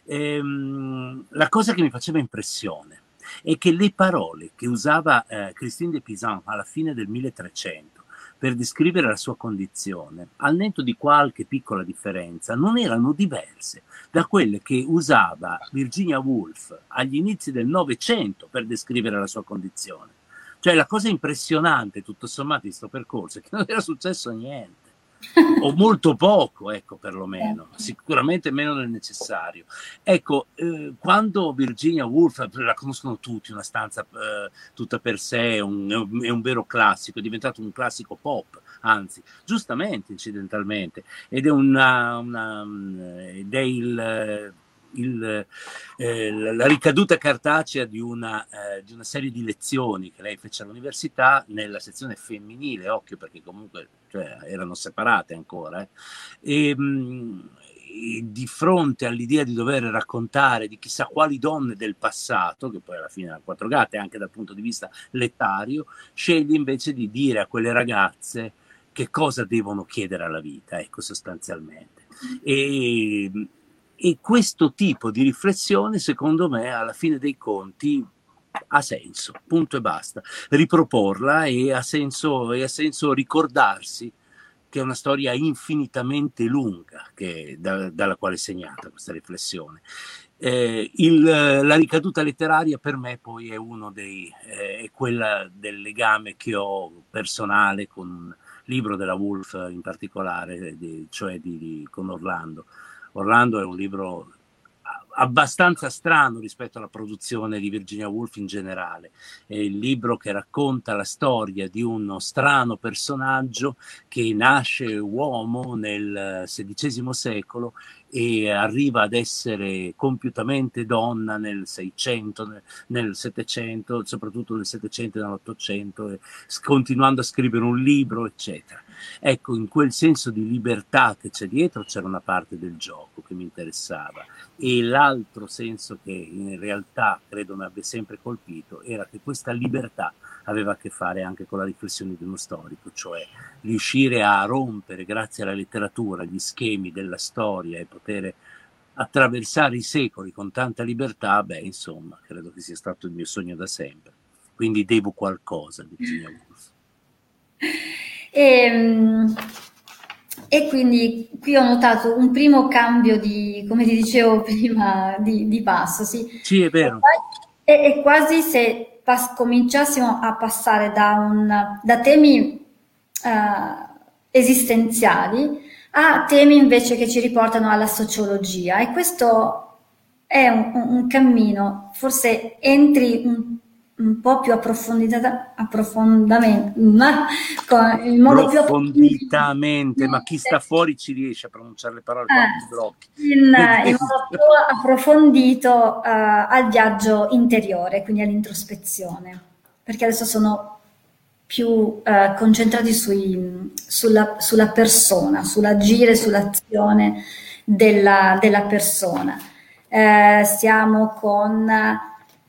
Ehm, la cosa che mi faceva impressione è che le parole che usava eh, Christine de Pizan alla fine del milletrecento per descrivere la sua condizione, al netto di qualche piccola differenza, non erano diverse da quelle che usava Virginia Woolf agli inizi del Novecento per descrivere la sua condizione. Cioè la cosa impressionante, tutto sommato, di questo percorso è che non era successo niente. O molto poco, ecco, perlomeno, sicuramente meno del necessario. Ecco, eh, quando Virginia Woolf, la conoscono tutti, una stanza eh, tutta per sé, un, è un vero classico, è diventato un classico pop, anzi, giustamente, incidentalmente, ed è una, una ed è il Il, eh, la ricaduta cartacea di una, eh, di una serie di lezioni che lei fece all'università nella sezione femminile, occhio perché comunque cioè, erano separate ancora, eh. e, mh, e di fronte all'idea di dover raccontare di chissà quali donne del passato, che poi alla fine erano quattro gatte anche dal punto di vista lettario, sceglie invece di dire a quelle ragazze che cosa devono chiedere alla vita, ecco, sostanzialmente. E E questo tipo di riflessione, secondo me, alla fine dei conti ha senso, punto e basta. Riproporla e ha senso, e ha senso ricordarsi che è una storia infinitamente lunga che, da, dalla quale è segnata questa riflessione. Eh, il, la ricaduta letteraria per me poi è uno dei, eh, è quella del legame che ho personale con un libro della Woolf in particolare, di, cioè di, di, con Orlando. Orlando è un libro abbastanza strano rispetto alla produzione di Virginia Woolf in generale. È il libro che racconta la storia di uno strano personaggio che nasce uomo nel sedicesimo secolo e arriva ad essere compiutamente donna nel Seicento, nel, nel Settecento, soprattutto nel Settecento e nell'Ottocento, e continuando a scrivere un libro, eccetera. Ecco, in quel senso di libertà che c'è dietro c'era una parte del gioco che mi interessava, e l'altro senso che in realtà credo mi abbia sempre colpito era che questa libertà aveva a che fare anche con la riflessione di uno storico, cioè riuscire a rompere grazie alla letteratura gli schemi della storia e poter attraversare i secoli con tanta libertà. Beh, insomma, credo che sia stato il mio sogno da sempre, quindi devo qualcosa a Virginia Woolf. E, e quindi qui ho notato un primo cambio di, come ti dicevo prima, di, di passo, sì. Sì, è vero. È, è quasi se pas- cominciassimo a passare da, un, da temi uh, esistenziali a temi invece che ci riportano alla sociologia, e questo è un, un cammino, forse entri un un po' più approfondita, approfondamento, ma con il modo più approfonditamente, ma chi sta fuori ci riesce a pronunciare le parole con eh, i blocchi. In, in modo più approfondito uh, al viaggio interiore, quindi all'introspezione, perché adesso sono più uh, concentrati sui, sulla, sulla persona, sull'agire, sull'azione della, della persona. Uh, siamo con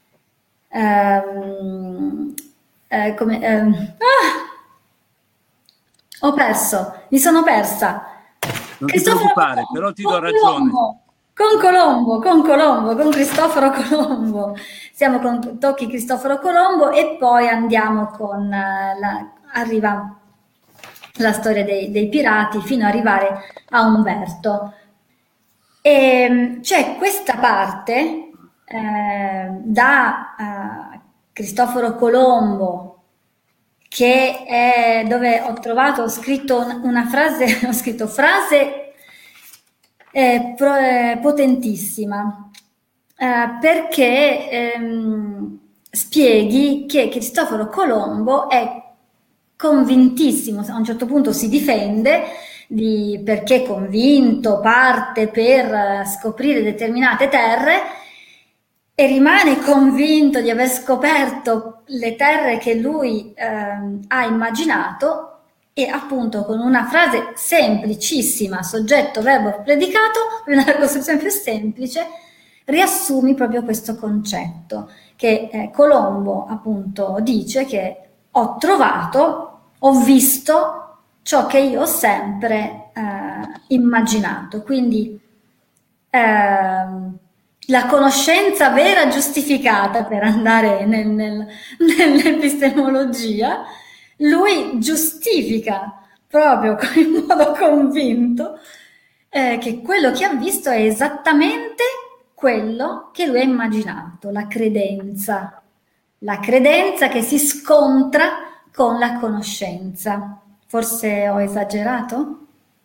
Um, eh, come, um, ah! Ho perso, mi sono persa. Non ti preoccupare, però ti do ragione. Colombo, con Colombo, con Colombo, con Cristoforo Colombo. Siamo con Tocchi Cristoforo Colombo e poi andiamo con la, arriva la storia dei, dei pirati fino ad arrivare a Umberto. E c'è questa parte Eh, da uh, Cristoforo Colombo, che è dove ho trovato, ho scritto un, una frase, ho scritto frase eh, pro, eh, potentissima, eh, perché ehm, spieghi che Cristoforo Colombo è convintissimo, a un certo punto si difende di perché convinto, parte per scoprire determinate terre, e rimane convinto di aver scoperto le terre che lui eh, ha immaginato, e appunto con una frase semplicissima, soggetto, verbo, predicato, nella costruzione più semplice, riassumi proprio questo concetto che eh, Colombo appunto dice che ho trovato, ho visto ciò che io ho sempre eh, immaginato, quindi eh, la conoscenza vera giustificata, per andare nel, nel, nell'epistemologia, lui giustifica proprio in modo convinto eh, che quello che ha visto è esattamente quello che lui ha immaginato, la credenza, la credenza che si scontra con la conoscenza. Forse ho esagerato?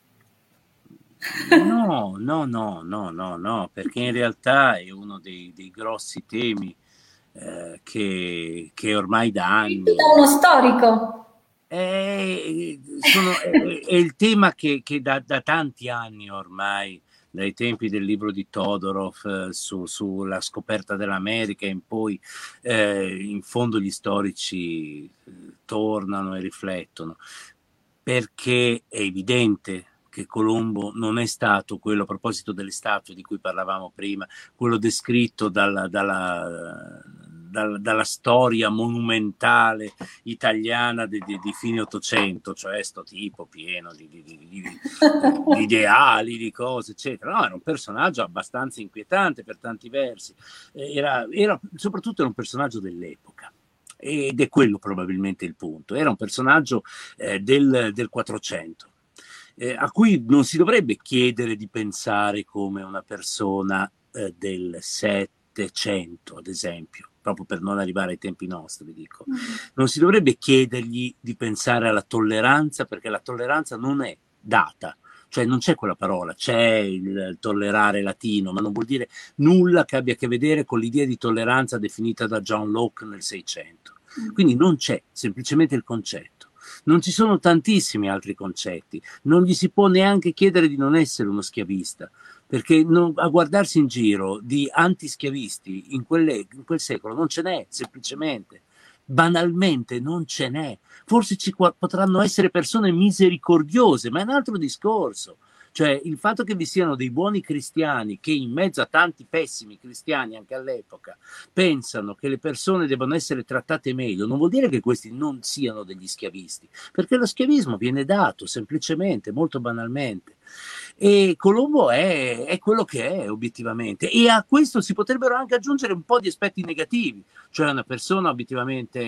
No, no, no, no, no, no, perché in realtà è uno dei, dei grossi temi eh, che, che ormai da anni... Da uno storico. È, sono, è, è il tema che, che da, da tanti anni ormai, dai tempi del libro di Todorov eh, su, sulla scoperta dell'America in poi, eh, in fondo gli storici eh, tornano e riflettono, perché è evidente che Colombo non è stato quello, a proposito delle statue di cui parlavamo prima, quello descritto dalla, dalla, dalla, dalla storia monumentale italiana di, di, di fine Ottocento, cioè sto tipo pieno di, di, di, di, di ideali, di cose, eccetera. No, era un personaggio abbastanza inquietante per tanti versi, era, era, soprattutto era un personaggio dell'epoca. Ed è quello probabilmente il punto. Era un personaggio eh, del, del Quattrocento, eh, a cui non si dovrebbe chiedere di pensare come una persona eh, del Settecento, ad esempio, proprio per non arrivare ai tempi nostri, dico. Non si dovrebbe chiedergli di pensare alla tolleranza, perché la tolleranza non è data. Cioè non c'è quella parola, c'è il tollerare latino, ma non vuol dire nulla che abbia a che vedere con l'idea di tolleranza definita da John Locke nel Seicento. Quindi non c'è semplicemente il concetto. Non ci sono tantissimi altri concetti. Non gli si può neanche chiedere di non essere uno schiavista, perché non, a guardarsi in giro di antischiavisti in, quelle, in quel secolo non ce n'è, semplicemente. Banalmente non ce n'è. Forse ci potranno essere persone misericordiose, ma è un altro discorso. Cioè il fatto che vi siano dei buoni cristiani che in mezzo a tanti pessimi cristiani anche all'epoca pensano che le persone debbano essere trattate meglio, non vuol dire che questi non siano degli schiavisti, perché lo schiavismo viene dato semplicemente, molto banalmente. E Colombo è, è quello che è obiettivamente, e a questo si potrebbero anche aggiungere un po' di aspetti negativi, cioè una persona obiettivamente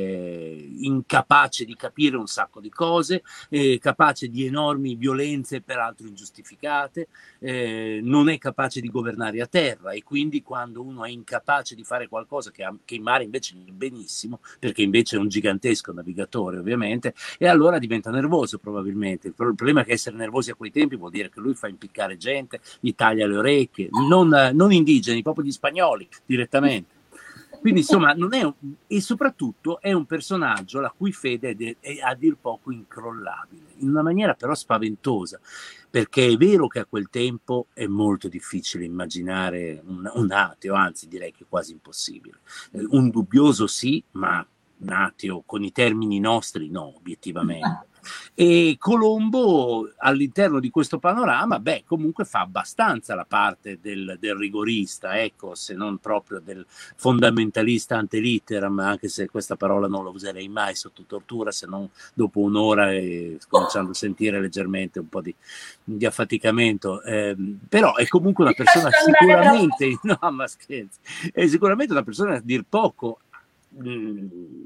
incapace di capire un sacco di cose, eh, capace di enormi violenze peraltro ingiustificate, eh, non è capace di governare a terra, e quindi quando uno è incapace di fare qualcosa che, che in mare invece è benissimo, perché invece è un gigantesco navigatore ovviamente, e allora diventa nervoso probabilmente. Il problema è che essere nervosi a quei tempi vuol dire che lui fa impiccare gente, gli taglia le orecchie, non, non indigeni, proprio gli spagnoli direttamente. Quindi insomma non è un, e soprattutto è un personaggio la cui fede è, è a dir poco incrollabile, in una maniera però spaventosa, perché è vero che a quel tempo è molto difficile immaginare un, un ateo, anzi direi che è quasi impossibile. Un dubbioso sì, ma un ateo con i termini nostri no, obiettivamente. E Colombo all'interno di questo panorama, beh, comunque fa abbastanza la parte del, del rigorista, ecco, se non proprio del fondamentalista ante litteram, anche se questa parola non la userei mai sotto tortura, se non dopo un'ora e cominciando a sentire leggermente un po' di, di affaticamento, eh, però è comunque una persona sicuramente, no, ma scherzi, è sicuramente una persona a dir poco mh,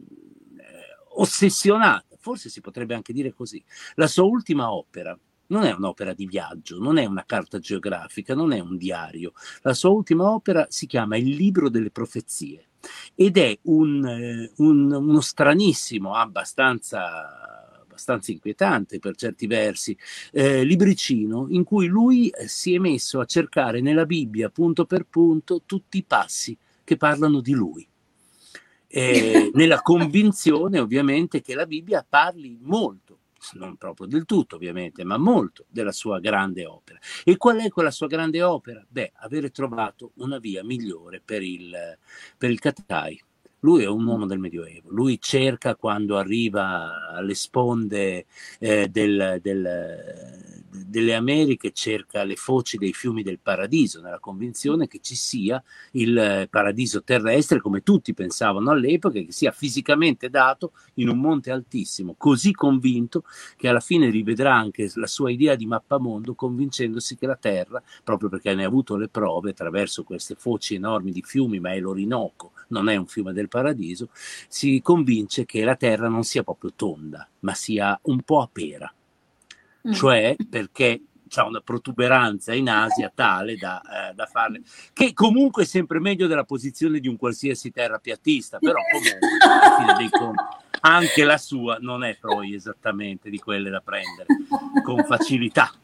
ossessionata. Forse si potrebbe anche dire così. La sua ultima opera non è un'opera di viaggio, non è una carta geografica, non è un diario. La sua ultima opera si chiama Il libro delle profezie ed è un, eh, un, uno stranissimo, abbastanza, abbastanza inquietante per certi versi, eh, libricino in cui lui eh, si è messo a cercare nella Bibbia punto per punto tutti i passi che parlano di lui. Eh, nella convinzione ovviamente che la Bibbia parli molto, non proprio del tutto ovviamente, ma molto della sua grande opera. E qual è quella sua grande opera? Beh, avere trovato una via migliore per il, per il Katai. Lui è un uomo del Medioevo, lui cerca, quando arriva alle sponde eh, del, del delle Americhe cerca le foci dei fiumi del paradiso, nella convinzione che ci sia il paradiso terrestre, come tutti pensavano all'epoca, che sia fisicamente dato in un monte altissimo, così convinto che alla fine rivedrà anche la sua idea di mappamondo, convincendosi che la Terra, proprio perché ne ha avuto le prove attraverso queste foci enormi di fiumi, ma è l'Orinoco, non è un fiume del paradiso, si convince che la Terra non sia proprio tonda, ma sia un po' a pera. Cioè perché c'ha una protuberanza in Asia tale da, eh, da farle, che comunque è sempre meglio della posizione di un qualsiasi terrapiattista, però comunque alla fine dei conti anche la sua non è poi esattamente di quelle da prendere con facilità.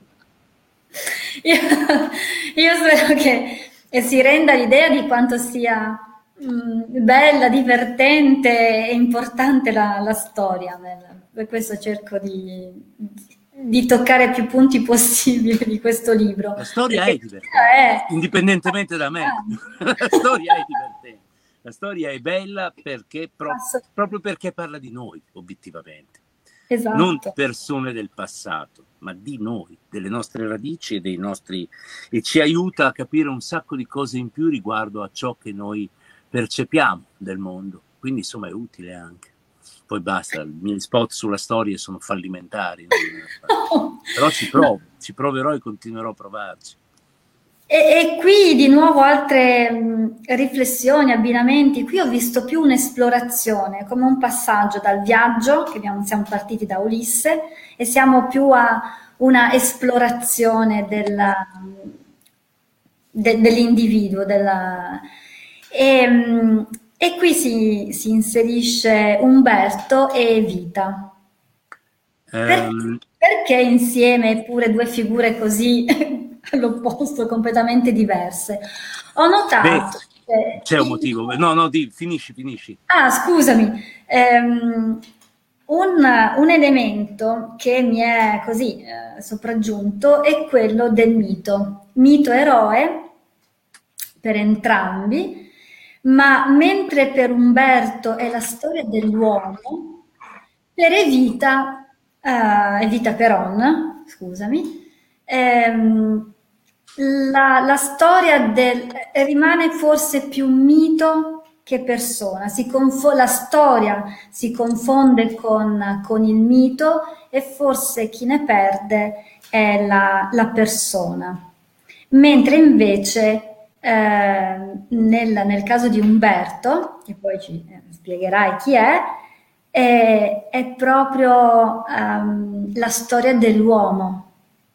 Io, io spero che si renda l'idea di quanto sia mh, bella, divertente e importante la, la storia. Per questo cerco di... di toccare più punti possibili di questo libro. La storia è divertente, è... indipendentemente da me. La storia è divertente. La storia è bella perché pro- proprio perché parla di noi, obiettivamente. Esatto. Non di persone del passato, ma di noi, delle nostre radici e dei nostri... e ci aiuta a capire un sacco di cose in più riguardo a ciò che noi percepiamo del mondo. Quindi insomma è utile anche. Poi basta, i miei spot sulla storia sono fallimentari, non... però ci provo, ci proverò e continuerò a provarci. E, e qui di nuovo altre mh, riflessioni, abbinamenti. Qui ho visto più un'esplorazione, come un passaggio dal viaggio, che abbiamo, siamo partiti da Ulisse, e siamo più a una esplorazione della, de, dell'individuo. Della, e, mh, E qui si, si inserisce Umberto e Vita. Perché, um, perché insieme pure due figure così all'opposto, completamente diverse? Ho notato... Beh, c'è un motivo. No, no, di, finisci, finisci. Ah, scusami. Um, un, un elemento che mi è così eh, sopraggiunto è quello del mito. Mito-eroe per entrambi. Ma mentre per Umberto è la storia dell'uomo, per Evita, uh, Evita Peron, scusami, ehm, la, la storia del, rimane forse più mito che persona. Si confo- la storia si confonde con, con il mito e forse chi ne perde è la, la persona. Mentre invece... Eh, nel, nel caso di Umberto, che poi ci eh, spiegherai chi è, è, è proprio um, la storia dell'uomo,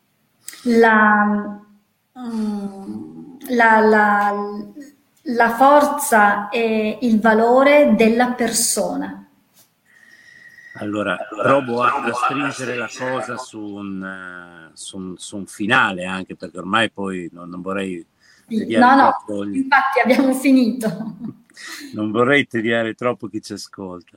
la, um, la, la, la forza e il valore della persona. Allora, provo a, a stringere la cosa su un, uh, su, un, su un finale, anche perché ormai poi non, non vorrei... No, no, troppo... infatti abbiamo finito. Non vorrei tediare troppo chi ci ascolta.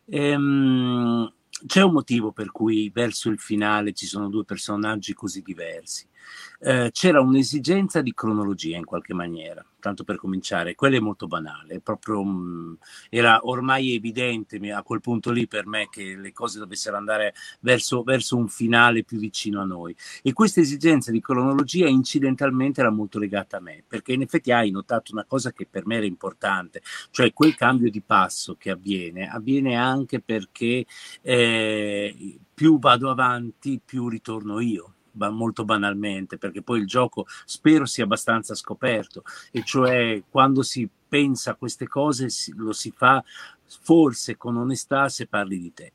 Ehm, c'è un motivo per cui verso il finale ci sono due personaggi così diversi. Eh, c'era un'esigenza di cronologia in qualche maniera, tanto per cominciare, quella è molto banale, è proprio um, era ormai evidente a quel punto lì per me che le cose dovessero andare verso, verso un finale più vicino a noi, e questa esigenza di cronologia incidentalmente era molto legata a me, perché in effetti hai notato una cosa che per me era importante, cioè quel cambio di passo che avviene, avviene anche perché eh, più vado avanti più ritorno io, molto banalmente, perché poi il gioco spero sia abbastanza scoperto, e cioè quando si pensa a queste cose lo si fa forse con onestà se parli di te,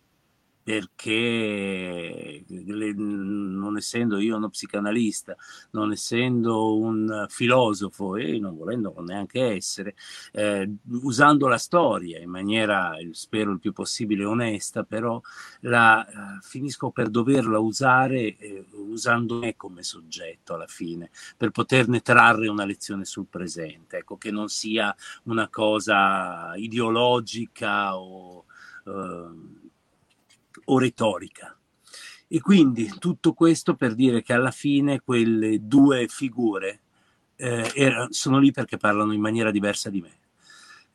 perché non essendo io uno psicanalista, non essendo un filosofo e non volendo neanche essere, eh, usando la storia in maniera, spero, il più possibile onesta, però la eh, finisco per doverla usare eh, usando me come soggetto alla fine, per poterne trarre una lezione sul presente, ecco, che non sia una cosa ideologica o eh, o retorica. E quindi tutto questo per dire che alla fine quelle due figure eh, erano, sono lì perché parlano in maniera diversa di me.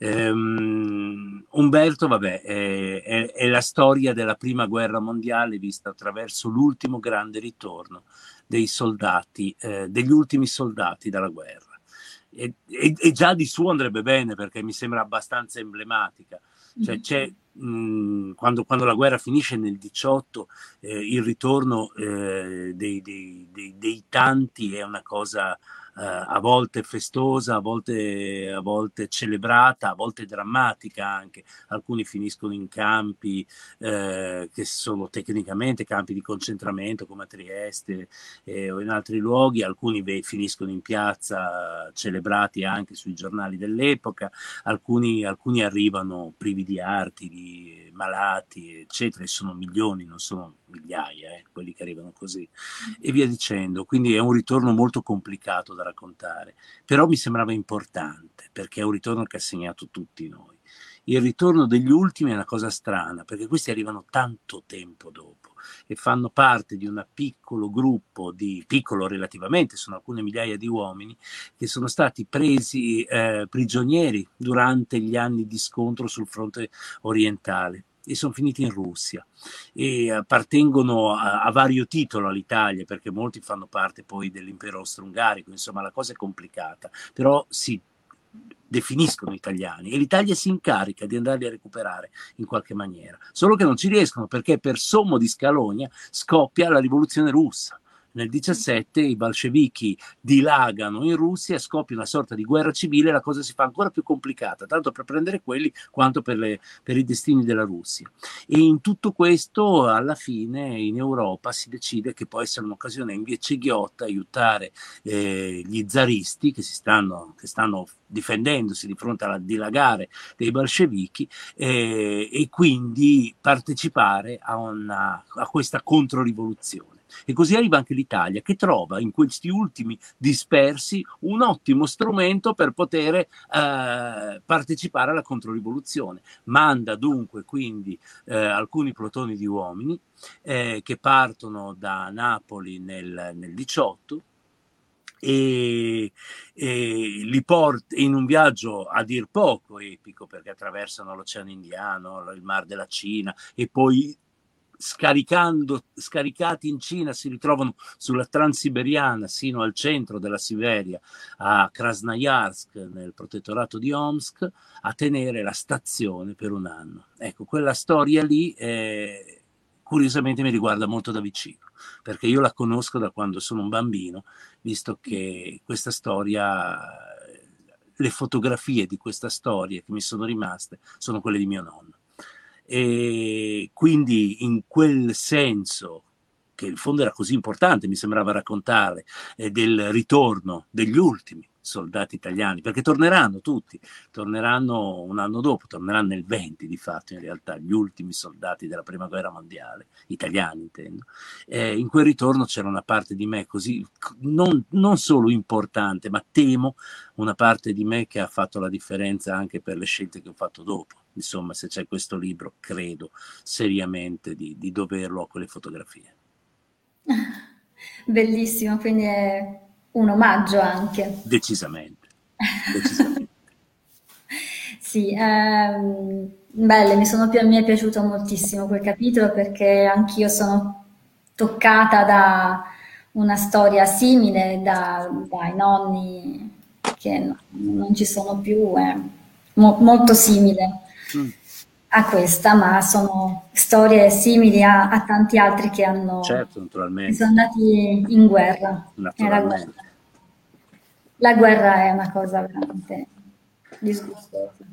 Um, Umberto, vabbè, è, è, è la storia della prima guerra mondiale vista attraverso l'ultimo grande ritorno dei soldati, eh, degli ultimi soldati dalla guerra. E, e, e già di suo andrebbe bene, perché mi sembra abbastanza emblematica. Cioè, c'è, mh, quando, quando la guerra finisce nel diciotto, eh, il ritorno eh, dei, dei, dei, dei tanti è una cosa Uh, a volte festosa, a volte, a volte celebrata, a volte drammatica anche. Alcuni finiscono in campi eh, che sono tecnicamente campi di concentramento, come a Trieste eh, o in altri luoghi, alcuni beh, finiscono in piazza, celebrati anche sui giornali dell'epoca, alcuni, alcuni arrivano privi di arti, di malati, eccetera, e sono milioni, non sono migliaia, eh, quelli che arrivano così, e via dicendo. Quindi è un ritorno molto complicato da raccontare, però mi sembrava importante, perché è un ritorno che ha segnato tutti noi. Il ritorno degli ultimi è una cosa strana, perché questi arrivano tanto tempo dopo e fanno parte di un piccolo gruppo, di piccolo relativamente, sono alcune migliaia di uomini, che sono stati presi eh, prigionieri durante gli anni di scontro sul fronte orientale e sono finiti in Russia e appartengono a, a vario titolo all'Italia, perché molti fanno parte poi dell'impero austro-ungarico, insomma la cosa è complicata, però si definiscono italiani e l'Italia si incarica di andarli a recuperare in qualche maniera, solo che non ci riescono, perché per sommo di Scalonia scoppia la rivoluzione russa. Nel diciassette i bolscevichi dilagano in Russia, scoppia una sorta di guerra civile, la cosa si fa ancora più complicata, tanto per prendere quelli quanto per, le, per i destini della Russia. E in tutto questo, alla fine, in Europa si decide che può essere un'occasione invece ghiotta aiutare eh, gli zaristi che si stanno, che stanno difendendosi di fronte al dilagare dei bolscevichi eh, e quindi partecipare a, una, a questa controrivoluzione. E così arriva anche l'Italia, che trova in questi ultimi dispersi un ottimo strumento per poter eh, partecipare alla controrivoluzione. Manda dunque quindi eh, alcuni plotoni di uomini eh, che partono da Napoli nel, nel diciotto e, e li porta in un viaggio a dir poco epico, perché attraversano l'Oceano Indiano, il Mar della Cina e poi Scaricando, scaricati in Cina si ritrovano sulla Transiberiana sino al centro della Siberia, a Krasnojarsk, nel protettorato di Omsk, a tenere la stazione per un anno. Ecco, quella storia lì eh, curiosamente mi riguarda molto da vicino, perché io la conosco da quando sono un bambino, visto che questa storia, le fotografie di questa storia che mi sono rimaste sono quelle di mio nonno. E quindi in quel senso, che in fondo era così importante, mi sembrava raccontare, eh, del ritorno degli ultimi soldati italiani, perché torneranno tutti, torneranno un anno dopo, torneranno nel venti di fatto in realtà, gli ultimi soldati della prima guerra mondiale, italiani intendo, eh, in quel ritorno c'era una parte di me così, non, non solo importante, ma temo una parte di me che ha fatto la differenza anche per le scelte che ho fatto dopo. Insomma, se c'è questo libro, credo seriamente di, di doverlo a quelle fotografie. Bellissimo, quindi è un omaggio anche. Decisamente. Decisamente. Sì, ehm, belle, mi, sono, mi è piaciuto moltissimo quel capitolo, perché anch'io sono toccata da una storia simile, da, dai nonni che no, non ci sono più, è mo, molto simile mm. a questa, ma sono storie simili a, a tanti altri che hanno certo, naturalmente. che sono andati in guerra. Naturalmente. La guerra. La guerra è una cosa veramente disgustosa.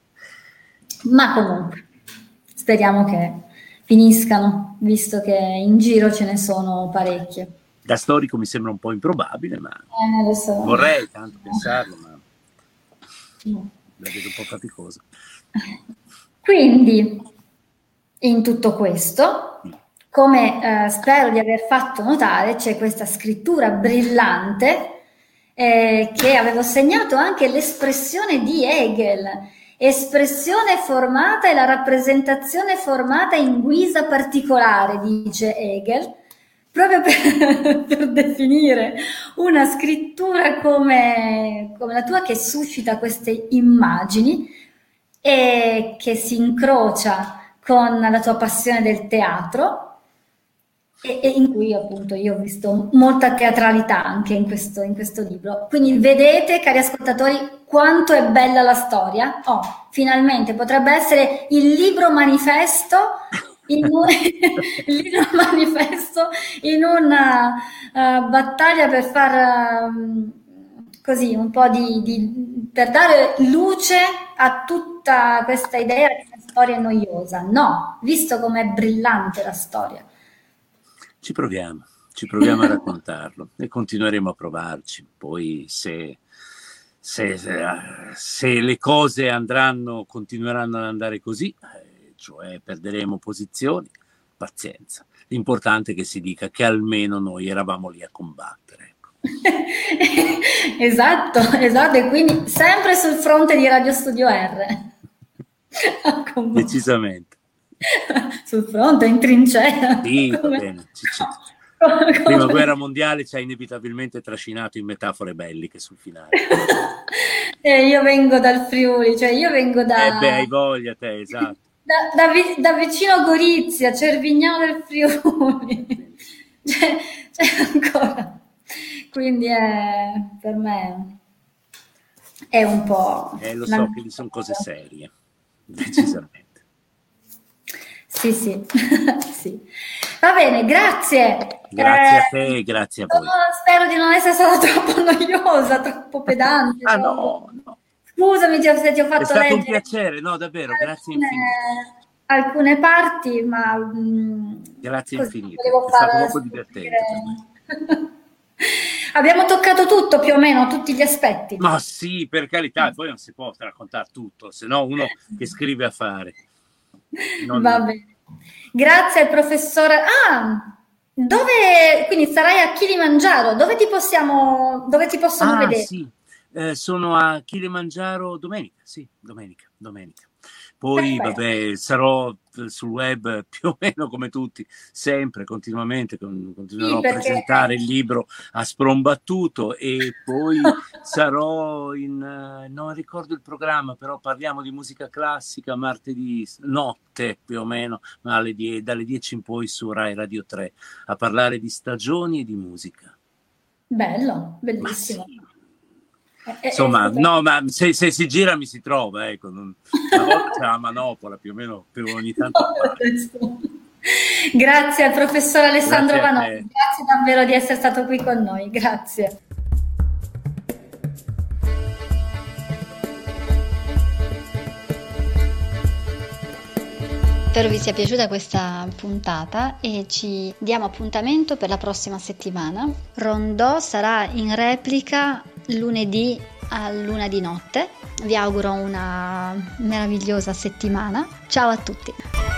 Ma comunque, speriamo che finiscano, visto che in giro ce ne sono parecchie. Da storico mi sembra un po' improbabile, ma eh, adesso... vorrei tanto pensarlo, ma no. La vedo un po' faticosa. Quindi, in tutto questo, come eh, spero di aver fatto notare, c'è questa scrittura brillante eh, che avevo segnato anche l'espressione di Hegel, espressione formata e la rappresentazione formata in guisa particolare, dice Hegel, proprio per, per definire una scrittura come, come la tua, che suscita queste immagini, e che si incrocia con la tua passione del teatro e, e in cui appunto io ho visto molta teatralità anche in questo, in questo libro. Quindi vedete, cari ascoltatori, quanto è bella la storia. Oh, finalmente potrebbe essere il libro manifesto in un, il libro manifesto in una uh, battaglia per far uh, così un po' di, di per dare luce a tutta questa idea che la storia è noiosa. No, visto com'è brillante la storia. Ci proviamo, ci proviamo a raccontarlo e continueremo a provarci. Poi se, se, se le cose andranno, continueranno ad andare così, eh, cioè perderemo posizioni, pazienza. L'importante è che si dica che almeno noi eravamo lì a combattere. Ecco. Esatto, esatto, e quindi sempre sul fronte di Radio Studio R. Decisamente. Sul fronte, in trincea. Sì, va bene. La prima guerra mondiale ci ha inevitabilmente trascinato in metafore belliche sul finale. E io vengo dal Friuli, cioè io vengo da... Eh beh, hai voglia te, esatto. Da, da, da vicino a Gorizia, Cervignano del Friuli. C'è, c'è ancora. Quindi è, per me è un po'... Eh, lo so che sono cose serie, decisamente. Sì, sì, sì. Va bene, grazie. Grazie eh, a te, grazie a voi. Spero di non essere stata troppo noiosa, troppo pedante. Ah no, no. Scusami se ti ho fatto leggere. È stato un piacere, no, davvero, alcune, grazie infinito. Alcune parti, ma... Mh, grazie così, infinito, è stato molto divertente per me. Abbiamo toccato tutto più o meno, tutti gli aspetti. Ma sì, per carità, poi non si può raccontare tutto, se no uno che scrive a fare. Non... Va bene. Grazie al professore. Ah, dove quindi sarai a Kilimangiaro? Dove ti possiamo dove ti possono ah, vedere? Sì, eh, sono a Kilimangiaro domenica, sì, domenica, domenica. Poi Perfetto. Vabbè, sarò sul web più o meno come tutti, sempre, continuamente, continuerò sì, a presentare il libro a sprombattuto e poi sarò in, non ricordo il programma, però parliamo di musica classica martedì notte più o meno, ma alle die, dalle dieci in poi su Rai Radio tre, a parlare di stagioni e di musica. Bello, bellissimo. Insomma, no, ma se, se si gira mi si trova, ecco. Una volta c'è la manopola, più o meno, per ogni tanto. Grazie al professor Alessandro Vanoni, grazie davvero di essere stato qui con noi, grazie. Spero vi sia piaciuta questa puntata e ci diamo appuntamento per la prossima settimana. Rondò sarà in replica lunedì a luna di notte. Vi auguro una meravigliosa settimana. Ciao a tutti!